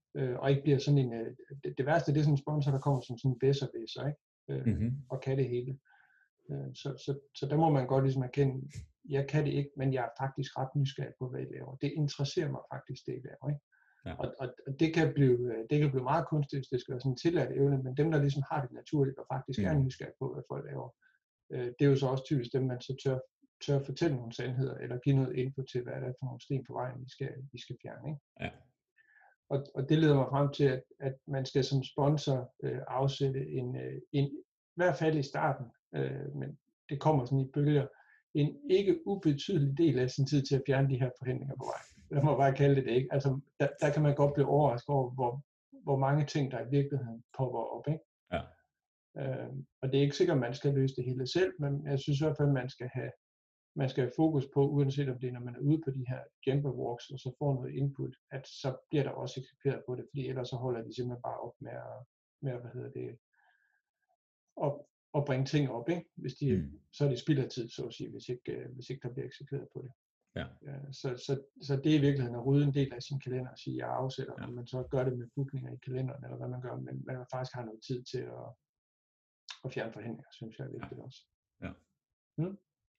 øh, og ikke bliver sådan en, øh, det, det værste, det er sådan en sponsor, der kommer som sådan en bedserviser, ikke? Øh, Mm-hmm. og kan det hele. Øh, så, så, så der må man godt ligesom erkende, jeg kan det ikke, men jeg er faktisk ret nysgerrig på, hvad I laver. Det interesserer mig faktisk, det I laver, ikke? Ja. Og, og, og det, kan blive, det kan blive meget kunstigt, hvis det skal være sådan en tilladt evne, men dem, der ligesom har det naturligt, og faktisk mm. er nysgerrige på, hvad folk laver, øh, det er jo så også typisk dem, man så tør, tør fortælle nogle sandheder, eller give noget input til, hvad det er for nogle sten på vejen, vi skal, vi skal fjerne, ikke? Ja. Og, og det leder mig frem til, at, at man skal som sponsor øh, afsætte en, øh, en, i hvert fald i starten, øh, men det kommer sådan i bølger, en ikke ubetydelig del af sin tid til at fjerne de her forhindringer på vej. Lad mig bare kalde det det, ikke? Altså, der, der kan man godt blive overrasket over, hvor, hvor mange ting, der i virkeligheden popper op, ikke? Ja. Øh, og det er ikke sikkert, at man skal løse det hele selv, men jeg synes i hvert fald, at man skal have, man skal have fokus på, uanset om det er, når man er ude på de her jumper walks, og så får noget input, at så bliver der også eksekveret på det, fordi ellers så holder de simpelthen bare op med at, med at hvad hedder det, op, at bringe ting op, ikke? Hvis de, mm. så er det spild af tid, så at sige, hvis ikke, hvis ikke der bliver eksekveret på det. Ja. Så, så, så det er i virkeligheden at rydde en del af sin kalender og sige, jeg afsætter, ja. Om man så gør det med bookninger i kalenderen, eller hvad man gør, men man faktisk har noget tid til at, at fjerne forhindringer, synes jeg er vigtigt ja. Også. Ja. Hmm?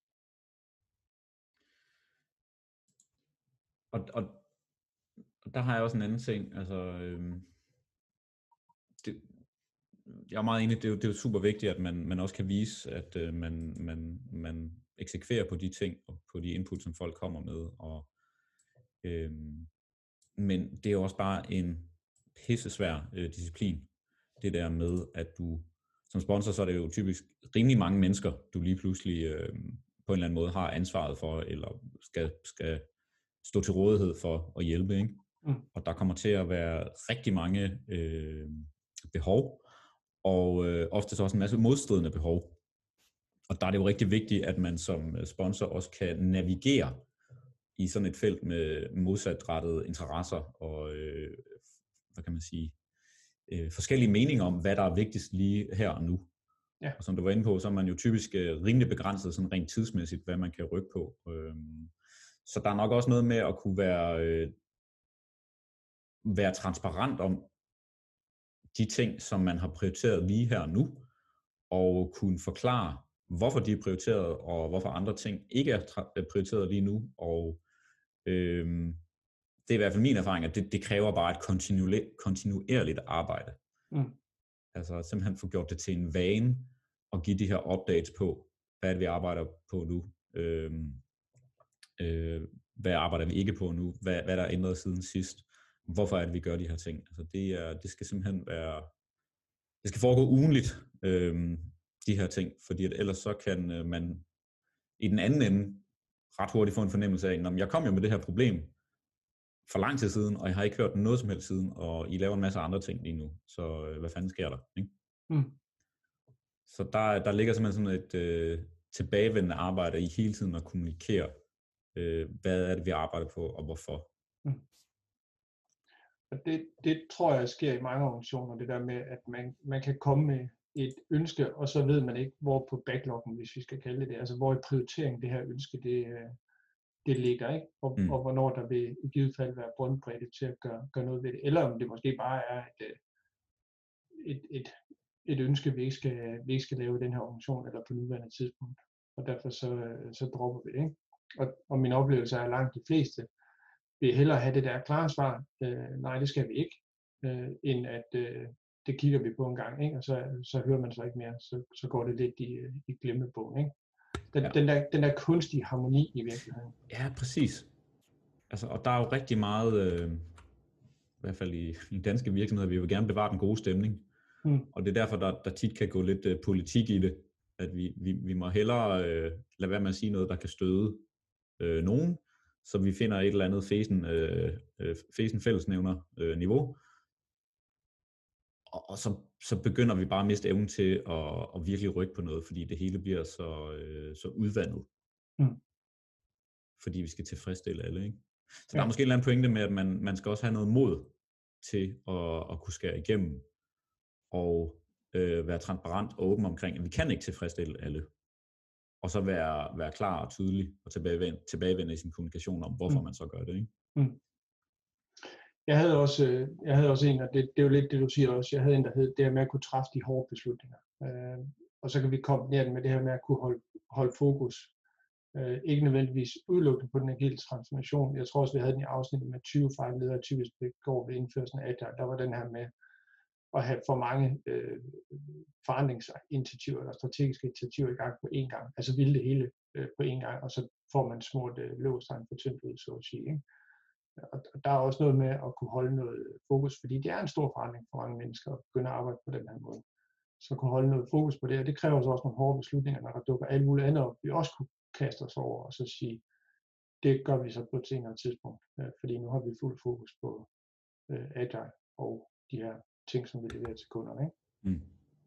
Og, og, og der har jeg også en anden ting, altså øhm, det, jeg er meget enig, det er jo, det er jo super vigtigt, at man, man også kan vise, at øh, man, man, man eksekverer på de ting, og på de input, som folk kommer med, og, øhm, men det er jo også bare en pissesvær øh, disciplin, det der med, at du, som sponsor, så er det jo typisk rimelig mange mennesker, du lige pludselig øh, på en eller anden måde har ansvaret for, eller skal, skal stå til rådighed for at hjælpe, ikke? Mm. Og der kommer til at være rigtig mange øh, behov, og øh, ofte så også en masse modstridende behov. Og der er det jo rigtig vigtigt, at man som sponsor også kan navigere i sådan et felt med modsatrettede interesser og, øh, hvad kan man sige, øh, forskellige meninger om, hvad der er vigtigst lige her og nu. Ja. Og som du var inde på, så er man jo typisk øh, rimelig begrænset sådan rent tidsmæssigt, hvad man kan rykke på. Øh, så der er nok også noget med at kunne være, øh, være transparent om de ting, som man har prioriteret lige her og nu, og kunne forklare, hvorfor de er prioriteret, og hvorfor andre ting ikke er prioriteret lige nu. Og øhm, det er i hvert fald min erfaring, at det, det kræver bare et kontinuer- kontinuerligt arbejde. Mm. Altså simpelthen få gjort det til en vane, og give de her updates på, hvad er det, vi arbejder på nu, øhm, øh, hvad arbejder vi ikke på nu, hvad, hvad der er ændret siden sidst, hvorfor er det, vi gør de her ting. Altså det, er, det skal simpelthen være, det skal foregå ugenligt, øhm, de her ting, fordi at ellers så kan øh, man i den anden ende ret hurtigt få en fornemmelse af, at jeg kom jo med det her problem for lang tid siden, og jeg har ikke hørt noget som helst siden, og I laver en masse andre ting lige nu, så øh, hvad fanden sker der? Ikke? Mm. Så der, der ligger simpelthen sådan et øh, tilbagevendende arbejde i hele tiden at kommunikere, øh, hvad er det, vi arbejder på, og hvorfor. Mm. Og det, det tror jeg sker i mange organisationer, det der med, at man, man kan komme med et ønske, og så ved man ikke, hvor på backloggen, hvis vi skal kalde det det, altså hvor i prioritering det her ønske, det, det ligger, ikke? Og, mm. og hvornår der vil i givet fald være båndbredde til at gøre, gøre noget ved det, eller om det måske bare er et, et, et, et ønske, vi ikke, skal, vi ikke skal lave i den her organisation, eller på nuværende tidspunkt, og derfor så, så dropper vi det, ikke? Og, og min oplevelse er, at langt de fleste vil hellere have det der klare svar, øh, nej, det skal vi ikke, øh, end at øh, det kigger vi på en gang, ikke? Og så, så hører man så ikke mere, så, så går det lidt i, i glemmebogen, ikke? Den, ja. den, der, den der kunstige harmoni i virkeligheden. Ja, præcis. Altså, og der er jo rigtig meget, øh, i hvert fald i, i danske virksomheder, vi vil gerne bevare den gode stemning, hmm. og det er derfor, der, der tit kan gå lidt øh, politik i det, at vi, vi, vi må hellere øh, lade være med at sige noget, der kan støde øh, nogen, så vi finder et eller andet fesen, øh, fesen fællesnævner øh, niveau, og, og så, så begynder vi bare at miste evnen til at, at virkelig rykke på noget, fordi det hele bliver så, øh, så udvandet. Mm. Fordi vi skal tilfredsstille alle, ikke? Så ja. Der er måske en eller anden pointe med, at man, man skal også have noget mod til at, at kunne skære igennem, og øh, være transparent og åben omkring, at vi kan ikke tilfredsstille alle. Og så være, være klar og tydelig og tilbagevende, tilbagevende i sin kommunikation om, hvorfor mm. man så gør det, ikke? Mm. Jeg havde også, øh, jeg havde også en, og det, det er jo lidt det, du siger også, jeg havde en, der hed det her med at kunne træffe de hårde beslutninger. Øh, og så kan vi kombinere det med det her med at kunne holde, holde fokus. Øh, ikke nødvendigvis udelukkende på den agile transformation. Jeg tror også, vi havde den i afsnittet med tyve fejlledere typisk begår ved indførelsen af Agile. Der var den her med at have for mange øh, forandringsinitiativer eller strategiske initiativer i gang på én gang. Altså ville det hele øh, på én gang, og så får man smurt øh, løbestegn for tyndt ud, så at sige. Ikke? Og der er også noget med at kunne holde noget fokus, fordi det er en stor forandring for mange mennesker at begynde at arbejde på den her måde. Så at kunne holde noget fokus på det, og det kræver så også nogle hårde beslutninger, når der dukker alle mulige andre op, vi også kunne kaste os over og så sige, det gør vi så på et senere tidspunkt, fordi nu har vi fuld fokus på uh, Agile og de her ting, som vi leverer til kunderne. Ikke? Mm.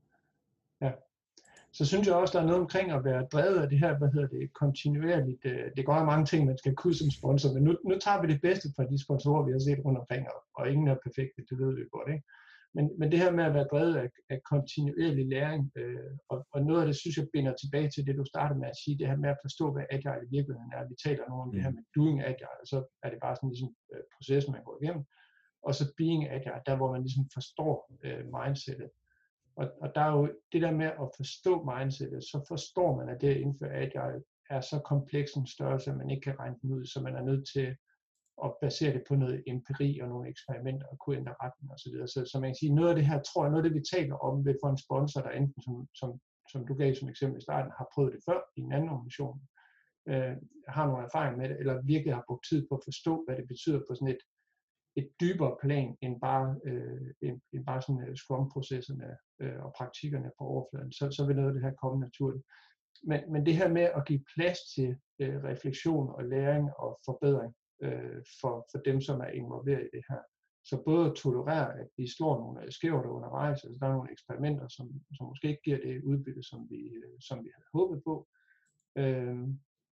Ja. Så synes jeg også, der er noget omkring at være drevet af det her, hvad hedder det, kontinuerligt. Det går jo mange ting, man skal kunne som sponsor, men nu, nu tager vi det bedste fra de sponsorer, vi har set rundt omkring, og ingen er perfekte, det ved vi godt, ikke? Men, men det her med at være drevet af, af kontinuerlig læring, øh, og, og noget af det, synes jeg, binder tilbage til det, du startede med at sige, det her med at forstå, hvad Agile i virkeligheden er. Vi taler nu om mm. det her med doing Agile, og så er det bare sådan ligesom øh, processen, man går igennem. Og så being Agile, der hvor man ligesom forstår øh, mindsetet. Og, og der er jo det der med at forstå mindsetet, så forstår man, at det at indføre Agile er så kompleks en størrelse, at man ikke kan regne den ud, så man er nødt til at basere det på noget empiri og nogle eksperimenter og kunne ændre retning osv. Så, så, så man kan sige, noget af det her, tror jeg, noget af det, vi taler om ved for en sponsor, der enten, som, som, som du gav som eksempel i starten, har prøvet det før i en anden organisation, øh, har nogle erfaring med det, eller virkelig har brugt tid på at forstå, hvad det betyder på sådan et, et dybere plan, end bare, øh, end, end bare sådan uh, Scrum-processerne øh, og praktikkerne på overfladen, så, så vil noget af det her komme naturligt. Men, men det her med at give plads til øh, refleksion og læring og forbedring, For, for dem, som er involveret i det her. Så både at tolerere, at vi slår nogle skævter undervejs, altså der er nogle eksperimenter, som, som måske ikke giver det udbytte, som vi, som vi havde håbet på, øhm,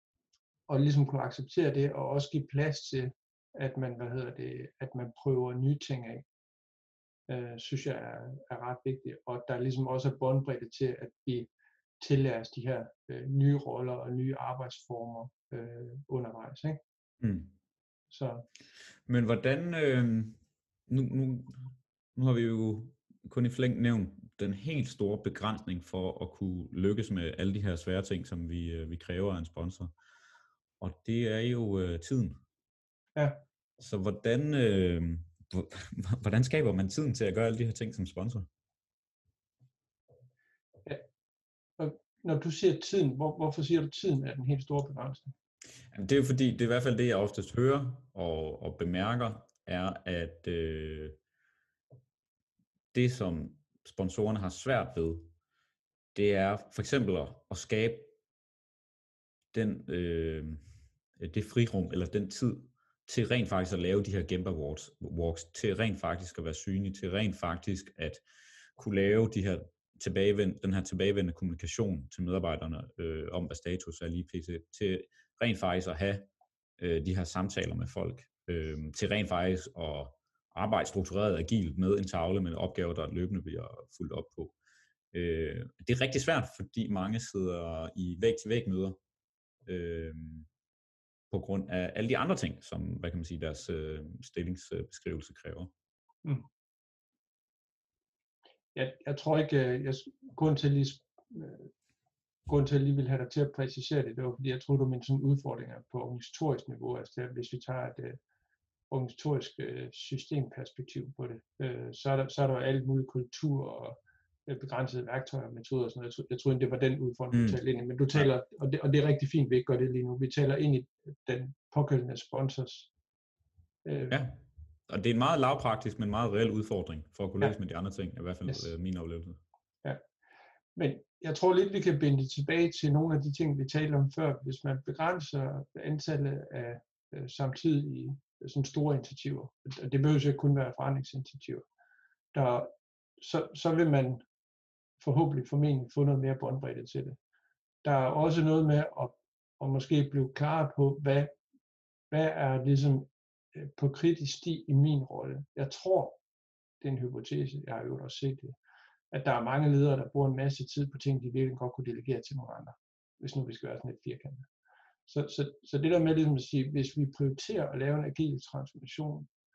og ligesom kunne acceptere det, og også give plads til, at man, hvad hedder det, at man prøver nye ting af, øh, synes jeg er, er ret vigtigt, og der ligesom også er båndbredde til, at vi tillærer os de her øh, nye roller og nye arbejdsformer øh, undervejs, ikke? Mm. Så. Men hvordan, øh, nu, nu, nu har vi jo kun i flæng nævnt den helt store begrænsning for at kunne lykkes med alle de her svære ting, som vi, øh, vi kræver af en sponsor. Og det er jo øh, tiden. Ja. Så hvordan, øh, hvordan skaber man tiden til at gøre alle de her ting som sponsor? Ja. Og når du siger tiden, hvor, hvorfor siger du tiden er den helt store begrænsning? Det er jo fordi, det er i hvert fald det, jeg oftest hører og, og bemærker, er, at øh, det, som sponsorerne har svært ved, det er for eksempel at, at skabe den, øh, det frirum, eller den tid, til rent faktisk at lave de her Gemba walks, til rent faktisk at være synlig, til rent faktisk at kunne lave de her tilbagevend, den her tilbagevendende kommunikation til medarbejderne øh, om, hvad status er lige pt. Til rent faktisk at have øh, de her samtaler med folk, øh, til rent faktisk at arbejde struktureret agilt med en tavle med opgaver, der løbende bliver fulgt op på. Øh, det er rigtig svært, fordi mange sidder i væg-til-væg møder, øh, på grund af alle de andre ting, som, hvad kan man sige, deres øh, stillingsbeskrivelse kræver. Mm. Jeg, jeg tror ikke, jeg grund til lige grund til at lige vil have dig til at præcisere det, det var fordi jeg tror du mener sådan udfordringer på organisatorisk niveau, altså hvis vi tager et uh, organisatorisk uh, systemperspektiv på det, uh, så er der så er der alt muligt kultur og uh, begrænsede værktøjer og metoder og sådan noget. Jeg, jeg tror ikke det var den udfordring du mm. talte ind i, men du taler, og det, og det er rigtig fint, vi ikke gør det lige nu. Vi taler ind i den pågældende sponsors. Uh, ja. Og det er en meget lavpraktisk, men meget reel udfordring for at kunne løse ja. med de andre ting, i hvert fald yes. min oplevelse. Ja. Men jeg tror lidt, vi kan binde det tilbage til nogle af de ting, vi talte om før. Hvis man begrænser antallet af øh, samtidige sådan store initiativer, og det behøver ikke kun være forandringsinitiativer, der, så, så vil man forhåbentlig formentlig få noget mere båndbredde til det. Der er også noget med at, at måske blive klar på, hvad, hvad er ligesom på kritisk sti i min rolle. Jeg tror, det er en hypotese, jeg har jo også set det, at der er mange ledere, der bruger en masse tid på ting, de virkelig godt kunne delegere til nogle andre, hvis nu vi skal være sådan lidt firkantet. Så, så, så det der med ligesom at sige, hvis vi prioriterer at lave en agil transformation,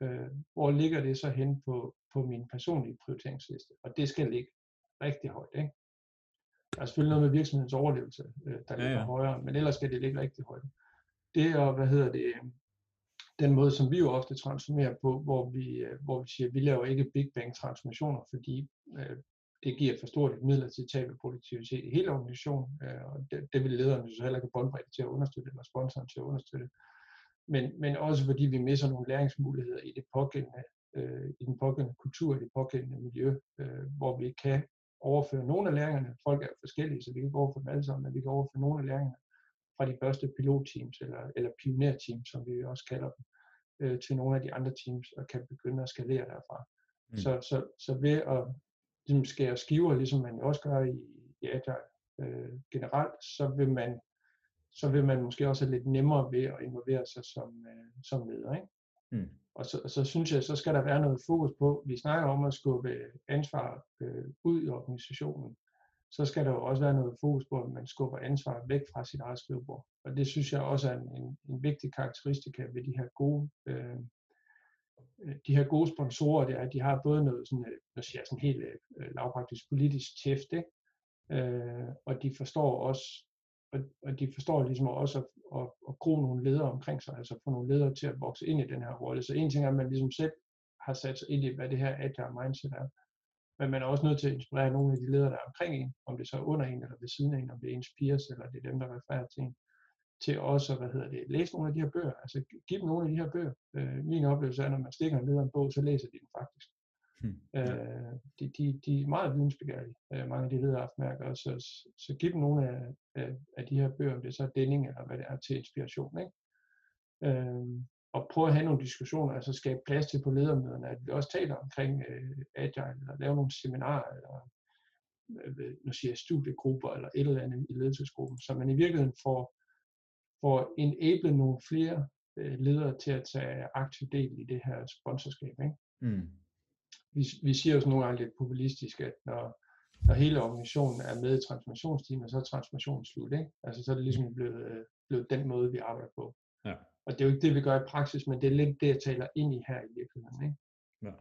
øh, hvor ligger det så hen på, på min personlige prioriteringsliste? Og det skal ligge rigtig højt, ikke? Der er selvfølgelig noget med virksomhedens overlevelse, øh, der ligger ja, ja. højere, men ellers skal det ligge rigtig højt. Det er, hvad hedder det, den måde, som vi jo ofte transformerer på, hvor vi, hvor vi siger, at vi laver ikke Big Bang transformationer, fordi øh, det giver for stort et midlertidigt tab af produktivitet i hele organisationen, øh, og det, det vil lederne så heller ikke båndbredde til at understøtte, eller sponsoren til at understøtte. Men, men også fordi vi misser nogle læringsmuligheder i det pågældende, øh, i den pågældende kultur, i det pågældende miljø, øh, hvor vi kan overføre nogle af læringerne. Folk er forskellige, så vi kan ikke overføre dem alle sammen, men vi kan overføre nogle af læringerne fra de første pilotteams, eller, eller pionerteams, som vi også kalder dem, øh, til nogle af de andre teams, og kan begynde at skalere derfra. Mm. Så, så, så ved at ligesom skære skiver, ligesom man også gør i, i Agile øh, generelt, så vil man så vil man måske også have lidt nemmere ved at involvere sig som, øh, som leder, ikke? Mm. Og så, så synes jeg, så skal der være noget fokus på, vi snakker om at skubbe ansvar øh, ud i organisationen, så skal der jo også være noget fokus på, at man skubber ansvar væk fra sit eget skrivebord. Og det synes jeg også er en, en, en vigtig karakteristika ved de her gode, øh, de her gode sponsorer, det er, at de har både noget sådan, jeg siger, sådan helt øh, lavpraktisk politisk tæft, ikke? Øh, og de forstår også, og, og de forstår ligesom også at, at, at gro nogle ledere omkring sig, altså få nogle ledere til at vokse ind i den her rolle. Så en ting er, at man ligesom selv har sat sig ind i, hvad det her agile mindset er, men man er også nødt til at inspirere nogle af de ledere, der er omkring en, om det så er under en eller ved siden af en, om det er ens peers, eller det er dem, der refererer til en, til også, hvad hedder det, læse nogle af de her bøger, altså give dem nogle af de her bøger. Øh, min oplevelse er, når man stikker en leder en bog, så læser de den faktisk. Hmm. Øh, de, de, de er meget vidensbegærlige, øh, mange af de lederafmærker, så, så giv dem nogle af, af, af de her bøger, om det så er Denning, eller hvad det er, til inspiration, ikke? Øh, og prøve at have nogle diskussioner, altså skabe plads til på ledermøderne, at vi også taler omkring øh, agile, eller lave nogle seminarer, eller øh, nu siger jeg studiegrupper, eller et eller andet i ledelsesgruppen, så man i virkeligheden får, får enable nogle flere øh, ledere til at tage aktiv del i det her sponsorskab, ikke? Mm. Vi, vi siger jo sådan nogle gange lidt populistisk, at når, når hele organisationen er med i transformationsteamet, så er transformationen slut, ikke? Altså så er det ligesom blevet, blevet den måde, vi arbejder på. Ja. Og det er jo ikke det, vi gør i praksis, men det er lidt det, jeg taler ind i her i virkeligheden, ikke? Ja.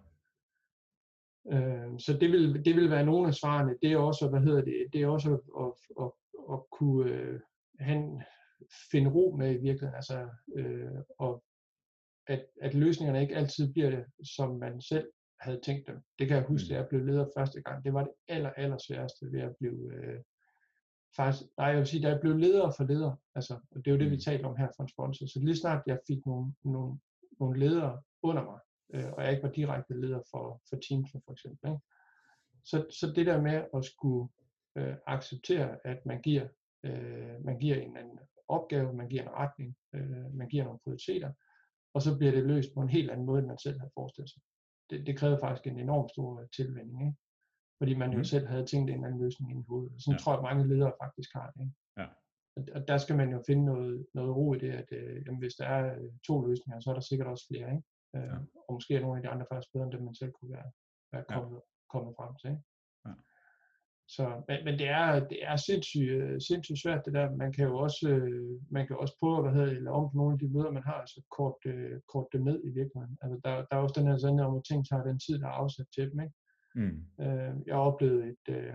Øh, så det vil, det vil være nogle af svarene. Det er også, hvad hedder det, det er også at, at, at, at kunne øh, han, finde ro med i virkeligheden, altså øh, og at, at løsningerne ikke altid bliver det, som man selv havde tænkt dem. Det kan jeg huske, da jeg blev leder første gang. Det var det aller, aller sværeste ved at blive øh, faktisk, nej, jeg vil sige, da jeg blev leder for leder, altså, og det er jo det, vi taler om her for en sponsor, så lige snart jeg fik nogle, nogle, nogle ledere under mig, øh, og jeg ikke var direkte leder for, for teamsene for eksempel, ikke? Så, så det der med at skulle øh, acceptere, at man giver, øh, man giver en anden opgave, man giver en retning, øh, man giver nogle prioriteter, og så bliver det løst på en helt anden måde, end man selv havde forestillet sig. Det, det krævede faktisk en enorm stor tilvænning, ikke? Fordi man jo mm. selv havde tænkt en anden løsning ind i hovedet. Sådan ja. tror jeg, mange ledere faktisk har det, ikke? Ja. Og, og der skal man jo finde noget, noget ro i det, at øh, jamen, hvis der er øh, to løsninger, så er der sikkert også flere, ikke? Øh, ja. Og måske er nogle af de andre faktisk bedre, end dem man selv kunne være, være kommet, ja. kommet frem til, ikke? Ja. Så, men, men det er, det er sindssygt, sindssygt svært det der. Man kan jo også, øh, man kan også prøve, hvad hedder det, lave om på nogle af de møder, man har, altså kort, øh, kort det ned i virkeligheden. Altså der, der er også den her sandhed om, at ting tager den tid, der er afsat til dem, ikke? Mm. Øh, jeg har oplevet et, øh,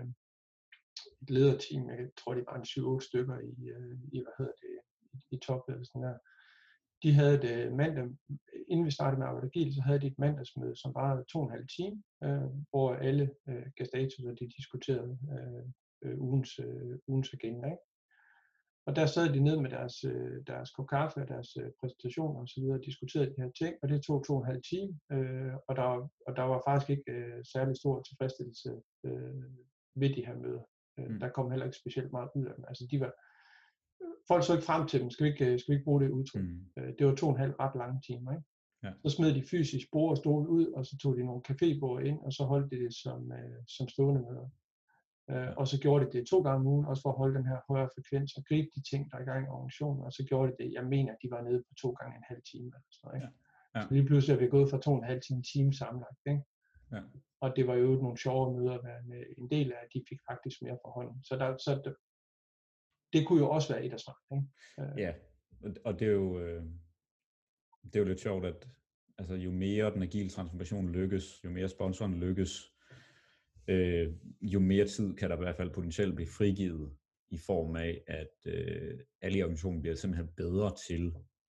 et lederteam, jeg tror det var en syv otte stykker i, øh, i, hvad hedder det, i, i topledelsen der. De havde et øh, mandag, inden vi startede med Arbejde Agil, så havde de et mandagsmøde, som var to og en halv time, øh, hvor alle øh, gav status, og de diskuterede øh, øh, ugens, øh, ugens agenda, ikke? Og der sad de ned med deres, øh, deres kop kaffe og deres øh, præsentationer og så videre, og diskuterede de her ting, og det tog to og en halv time, øh, og, der, og der var faktisk ikke øh, særlig stor tilfredsstillelse øh, ved de her møder. Øh, mm. Der kom heller ikke specielt meget ud af dem. Altså de var, folk så ikke frem til dem, skal vi ikke, skal vi ikke bruge det udtryk. Mm. Øh, det var to og en halv ret lange timer, ikke? Ja. Så smed de fysisk bord og stol ud, og så tog de nogle cafébord ind, og så holdt de det som, øh, som stående møder. Uh, og så gjorde de det to gange om ugen, også for at holde den her højere frekvens og gribe de ting, der er i gang i organisationen, og så gjorde de det, jeg mener, at de var nede på to gange en halv time, eller sådan noget, ikke? Ja. Ja. Så lige pludselig er vi gået fra to og en halv time time sammenlagt, ikke? Ja. Og det var jo nogle sjove møder at være med en del af, at de fik faktisk mere for hånden. Så, der, så det, det kunne jo også være et af svarene, ikke? Uh, ja, og det er jo, øh, det er jo lidt sjovt, at altså jo mere den agile transformation lykkes, jo mere sponsoren lykkes, øh, jo mere tid kan der i hvert fald potentielt blive frigivet i form af, at øh, alle i organisationen bliver simpelthen bedre til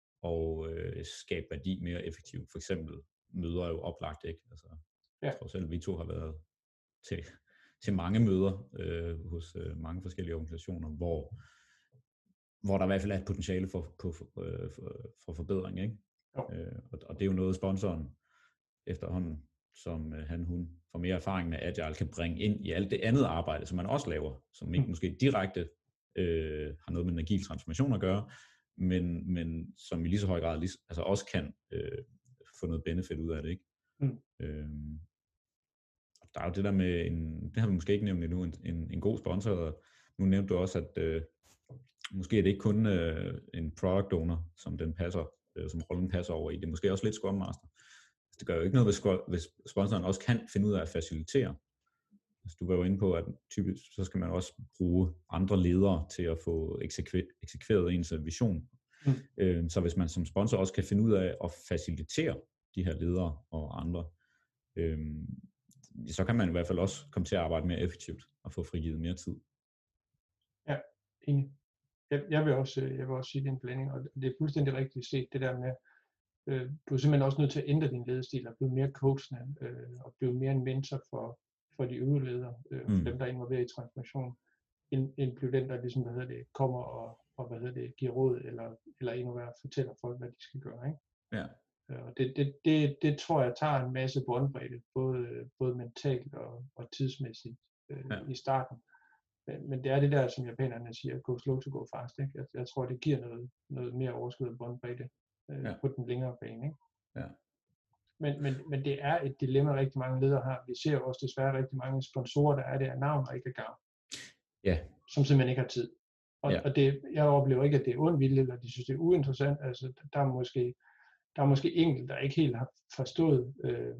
at øh, skabe værdi mere effektivt. For eksempel møder er jo oplagt, ikke? Altså, ja. Jeg tror selv, vi to har været til, til mange møder øh, hos øh, mange forskellige organisationer, hvor, hvor der i hvert fald er et potentiale for, på, for, øh, for, for forbedring, ikke? Øh, og, og det er jo noget, sponsoren efterhånden, som øh, han, hun får mere erfaring med Agile, kan bringe ind i alt det andet arbejde, som man også laver, som ikke mm. måske direkte øh, har noget med en agil transformation at gøre, men, men som i lige så høj grad lige, altså også kan øh, få noget benefit ud af det, ikke? Mm. Øh, der er jo det der med, en, det har vi måske ikke nævnt endnu, en, en, en god sponsor, og nu nævnte du også, at øh, måske er det ikke kun øh, en product owner, som den passer, øh, som rollen passer over i, det er måske også lidt Scrum Master. Det gør jo ikke noget, hvis, hvis sponsoren også kan finde ud af at facilitere. Altså, du var jo inde på, at typisk så skal man også bruge andre ledere til at få eksekve- eksekveret ens vision. Mm. Øh, så hvis man som sponsor også kan finde ud af at facilitere de her ledere og andre, øh, så kan man i hvert fald også komme til at arbejde mere effektivt og få frigivet mere tid. Ja, enig. Jeg, jeg, vil også, jeg vil også sige, det er en blanding, og det er fuldstændig rigtigt set, det der med, øh, du er simpelthen også nødt til at ændre din ledestil og blive mere coachende, øh, og blive mere en mentor for, for de øvrige ledere, øh, mm. dem der er involveret i transformation, end, end blive den, der ligesom, hvad hedder det, kommer og, og hvad hedder det, giver råd, eller, eller endnu værre fortæller folk, hvad de skal gøre, ikke? Ja. Og det, det, det, det tror jeg tager en masse båndbredde, både, både mentalt og, og tidsmæssigt øh, ja. i starten. Men, men det er det der, som japanerne siger, go slow to go fast. Ikke? Jeg, jeg tror, det giver noget, noget mere overskud af båndbredde øh, ja. på den længere bane. Ikke? Ja. Men, men, men det er et dilemma, rigtig mange ledere har. Vi ser også desværre rigtig mange sponsorer, der er det af navn og ikke af gavn. Ja. Som simpelthen ikke har tid. Og, ja. og det, jeg oplever ikke, at det er ondvildt, eller de synes, det er uinteressant. Altså, der er måske Der er måske enkelt, der ikke helt har forstået, øh,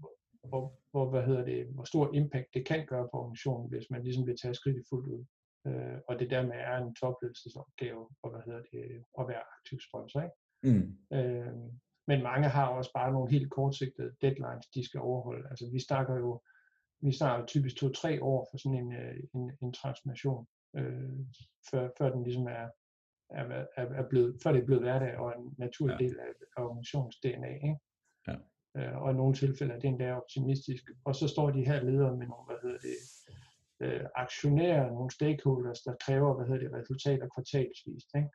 hvor, hvor, hvad hedder det, hvor stor impact det kan gøre på organisationen, hvis man ligesom vil tage skridtet fuldt ud. Øh, og det dermed er en topledelsesopgave, og hvad hedder det, at være aktiv sponsor. Ikke? Mm. Øh, men mange har også bare nogle helt kortsigtede deadlines, de skal overholde. Altså vi snakker jo, vi snakker typisk to-tre år for sådan en, en, en transformation, øh, før, før den ligesom er Er, er, er blevet, før det er blevet hverdag og en naturlig ja. del af, af organisations D N A. Ikke? Ja. Øh, og i nogle tilfælde er det endda optimistisk. Og så står de her ledere med nogle, hvad hedder det, øh, aktionærer, nogle stakeholders, der kræver, hvad hedder det, resultater kvartalsvist. Ikke?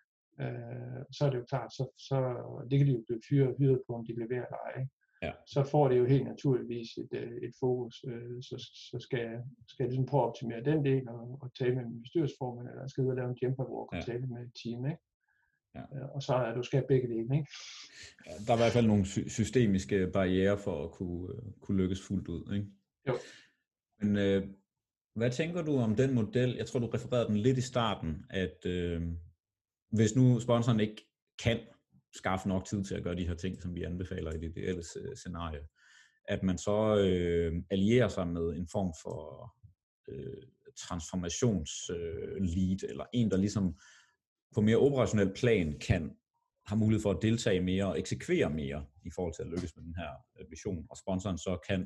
Øh, så er det jo klart, så, så det kan de jo blive fyret, hyret på, om de leverer eller ej. Ja. Så får det jo helt naturligvis et, et fokus. Øh, så, så skal, skal jeg ligesom prøve at optimere den del og, og tale med min bestyrelsesformand, eller skal ud og lave en jumperwalk og ja. tale med et team. Ikke? Ja. Og så er du skal begge dele. Ikke? Ja, der er i hvert fald nogle sy- systemiske barrierer for at kunne, uh, kunne lykkes fuldt ud. Ikke? Jo. Men øh, hvad tænker du om den model? Jeg tror, du refererede den lidt i starten, at øh, hvis nu sponsoren ikke kan skaffe nok tid til at gøre de her ting, som vi anbefaler i det ideelle scenarie, at man så øh, allierer sig med en form for øh, transformationslead, øh, eller en, der ligesom på mere operationel plan kan have mulighed for at deltage mere og eksekvere mere i forhold til at lykkes med den her øh, vision, og sponsoren så kan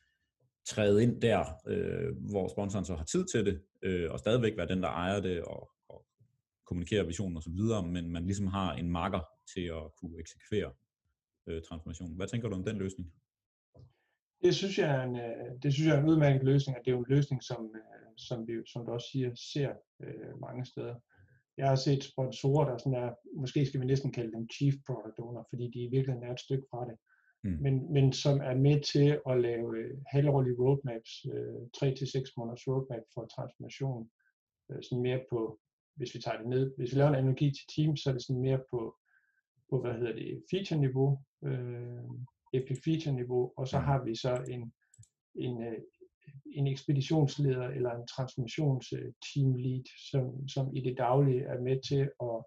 træde ind der, øh, hvor sponsoren så har tid til det, øh, og stadigvæk være den, der ejer det og, og kommunikere visionen og så videre, men man ligesom har en marker til at kunne eksekvere øh, transformationen. Hvad tænker du om den løsning? Det synes jeg er en, det synes jeg er en udmærket løsning, og det er jo en løsning, som, som, vi, som du også siger, ser øh, mange steder. Jeg har set sponsorer, der sådan er, måske skal vi næsten kalde dem chief product owner, fordi de i virkeligheden er et stykke fra det, mm. men, men som er med til at lave øh, halvårlige roadmaps, øh, tre til seks måneders roadmap for transformation, øh, sådan mere på, hvis vi tager det ned, hvis vi laver en analogi til Teams, så er det sådan mere på, på hvad hedder det, feature-niveau, øh, epic feature-niveau, og så har vi så en, en, en ekspeditionsleder eller en transformations-team-lead, som, som i det daglige er med til at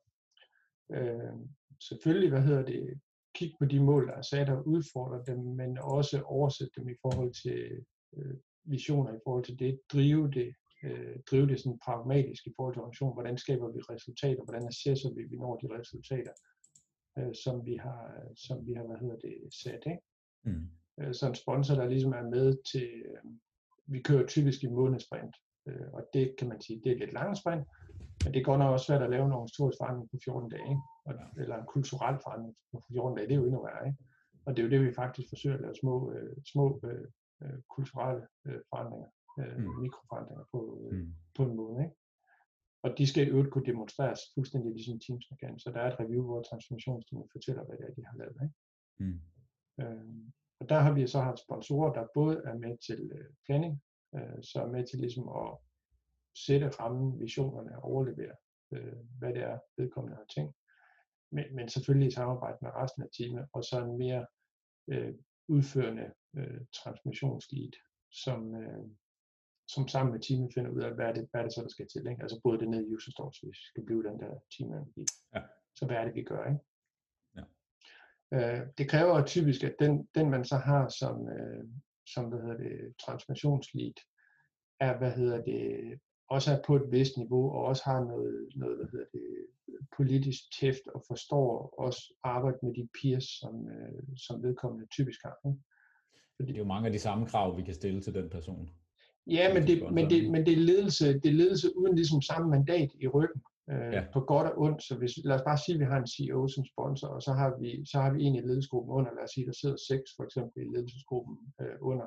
øh, selvfølgelig, hvad hedder det, kigge på de mål, der er sat og udfordre dem, men også oversætte dem i forhold til øh, visioner, i forhold til det, drive det, øh, drive det sådan pragmatisk i forhold til organisationen, hvordan skaber vi resultater, hvordan assesser vi, vi når de resultater, øh, som vi har, som vi har, hvad hedder det, sat, ikke? Mm. Øh, så en sponsor, der ligesom er med til, øh, vi kører typisk i månedsprint, øh, og det kan man sige, det er lidt lange sprint, men det er godt nok også svært at lave nogle store forandringer på fjorten dage, ikke? Og, eller en kulturel forandring på fjorten dage, det er jo endnu værre, ikke? Og det er jo det, vi faktisk forsøger at lave små, øh, små øh, øh, kulturelle øh, forandringer, øh, mm. mikroforandringer på, øh, mm. på en måned, ikke? Og de skal i øvrigt kunne demonstreres fuldstændig ligesom Teams kan. Så der er et review, hvor transformationsteamet fortæller, hvad det er, de har lavet, ikke? Mm. Øh, og der har vi så haft sponsorer, der både er med til øh, planning, øh, så er med til ligesom at sætte rammen, visionerne og overlevere, øh, hvad det er, vedkommende har tænkt. Men, men selvfølgelig i samarbejde med resten af teamet, og så en mere øh, udførende øh, transmissionslead, som, øh, som sammen med teamet finder ud af, hvad er det, hvad er det så, der skal til. Ikke? Altså både det nede i user stories, hvis vi skal blive den der teamanalogi. Ja. Så hvad er det, vi gør, ikke? Ja. Øh, det kræver typisk, at den, den man så har som, øh, som hvad hedder det, transmissionslead, er, hvad hedder det, også er på et vist niveau, og også har noget, noget hvad hedder det, politisk tæft, og forstår også arbejde med de peers, som, øh, som vedkommende typisk har. Ikke? Fordi, det er jo mange af de samme krav, vi kan stille til den person. Ja, men det, men det, men det, er ledelse, det er ledelse uden ligesom samme mandat i ryggen, øh, ja. På godt og ondt. Så hvis, lad os bare sige, at vi har en C E O som sponsor, og så har vi, så har vi en i ledelsesgruppen under, lad os sige, der sidder seks for eksempel i ledelsesgruppen øh, under,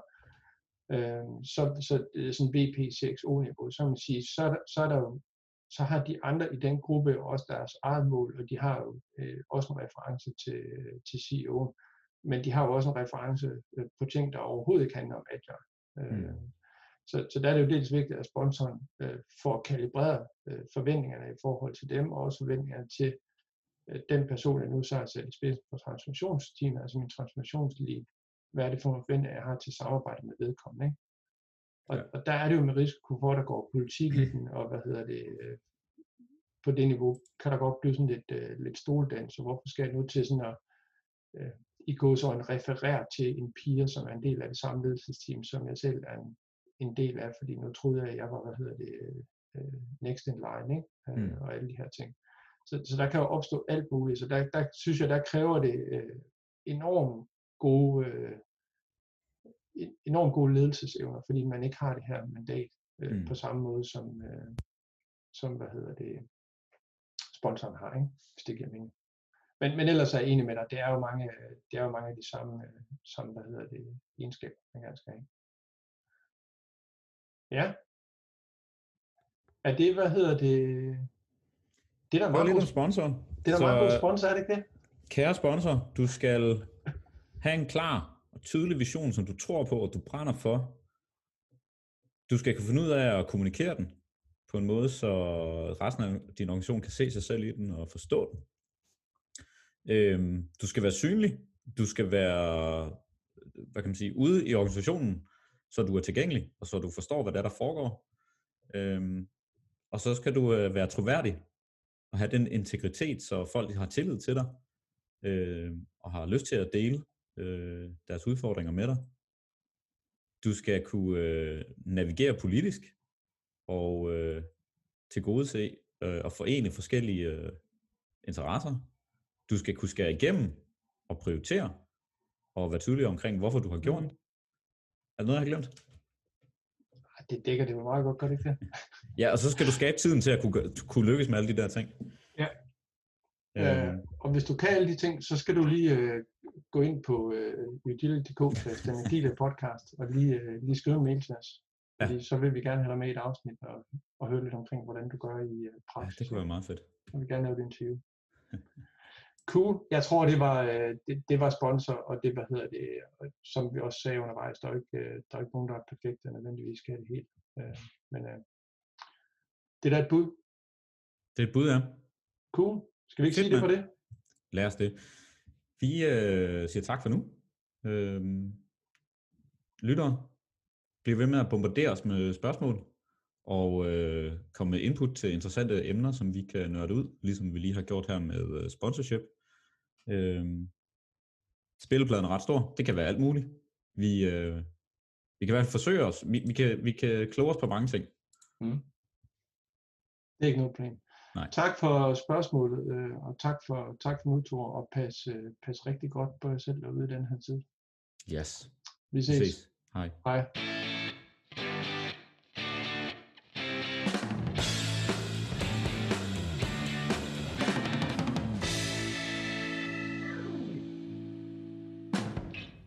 øh, så, så det er sådan V P seks O-niveau, så man sige, så, så er der jo, så har de andre i den gruppe også deres eget mål, og de har jo øh, også en reference til, til C E O'en, men de har jo også en reference øh, på ting, der overhovedet ikke handler om agile. Øh, mm. Så, så der er det jo dels vigtigt, at sponsoren øh, får kalibreret øh, forventningerne i forhold til dem, og også forventningerne til øh, den person, jeg nu så har sat i spidsen på transformationsteamet, altså min transformationslead. Hvad er det for en forventning, jeg har til samarbejde med vedkommende, ikke? Og, ja. Og der er det jo med risiko for, at der går politik i den, og hvad hedder det, øh, på det niveau, kan der godt blive sådan lidt, øh, lidt stoldans, så hvorfor skal jeg nu til sådan at øh, i gå så en referere til en peer, som er en del af det samme ledelsesteam, som jeg selv er en en del af, fordi nu troede jeg, at jeg var, hvad hedder det, uh, next in line, ikke? Uh, mm. Og alle de her ting. Så, så der kan jo opstå alt muligt, så der, der synes jeg, der kræver det uh, enormt gode, uh, enormt gode ledelsesevner, fordi man ikke har det her mandat uh, mm. på samme måde, som, uh, som, hvad hedder det, sponsoren har, ikke? Hvis det giver mening. Men, men ellers er jeg enig med dig, det er jo mange, det er jo mange af de samme, uh, som, hvad hedder det, egenskaber, man gerne skal have. Ja. Er det, hvad hedder det? Det er der meget god sponsor. Det er der meget god sponsor, er det ikke det? Kære sponsor, du skal have en klar og tydelig vision, som du tror på, og du brænder for. Du skal kunne finde ud af at kommunikere den på en måde, så resten af din organisation kan se sig selv i den og forstå den. Øhm, du skal være synlig. Du skal være, hvad kan man sige, ude i organisationen, så du er tilgængelig, og så du forstår, hvad der, der foregår. Øhm, og så skal du øh, være troværdig, og have den integritet, så folk har tillid til dig, øh, og har lyst til at dele øh, deres udfordringer med dig. Du skal kunne øh, navigere politisk, og øh, tilgodese øh, og forene forskellige øh, interesser. Du skal kunne skære igennem, og prioritere, og være tydelig omkring, hvorfor du har gjort. Mm. Er det noget, jeg har glemt? Det dækker det meget godt, gør det ikke det? Ja, og så skal du skabe tiden til at kunne, kunne lykkes med alle de der ting. Ja. Øh, og hvis du kan alle de ting, så skal du lige øh, gå ind på øh, udility punktum d k slash den agile podcast og lige, øh, lige skrive en mail til os. Fordi ja. Så vil vi gerne have dig med i et afsnit og, og høre lidt omkring, hvordan du gør i øh, praksis. Ja, det kunne være meget fedt. Så vil vi gerne lave et interview. Cool. Jeg tror, det var, det, det var sponsor, og det, hvad hedder det, som vi også sagde undervejs, der er ikke, der er ikke nogen, der er perfekt, og nødvendigvis skal det helt. Men det er da et bud. Det er et bud, ja. Cool. Skal vi ikke Fedt, sige det for det? Lad os det. Vi øh, siger tak for nu. Øh, lyttere, bliv ved med at bombardere os med spørgsmål, og øh, komme med input til interessante emner, som vi kan nørde ud, ligesom vi lige har gjort her med øh, sponsorship. Øh, spillepladen er ret stor. Det kan være alt muligt. Vi, øh, vi kan i hvert fald forsøge os. Vi, vi, kan, vi kan kloge os på mange ting. Mm. Det er ikke noget problem. Nej. Tak for spørgsmålet, øh, og tak for, tak for nu, Thor, og pas, øh, pas rigtig godt på jer selv derude i den her tid. Yes. Vi ses. Vi ses. Hej. Hej.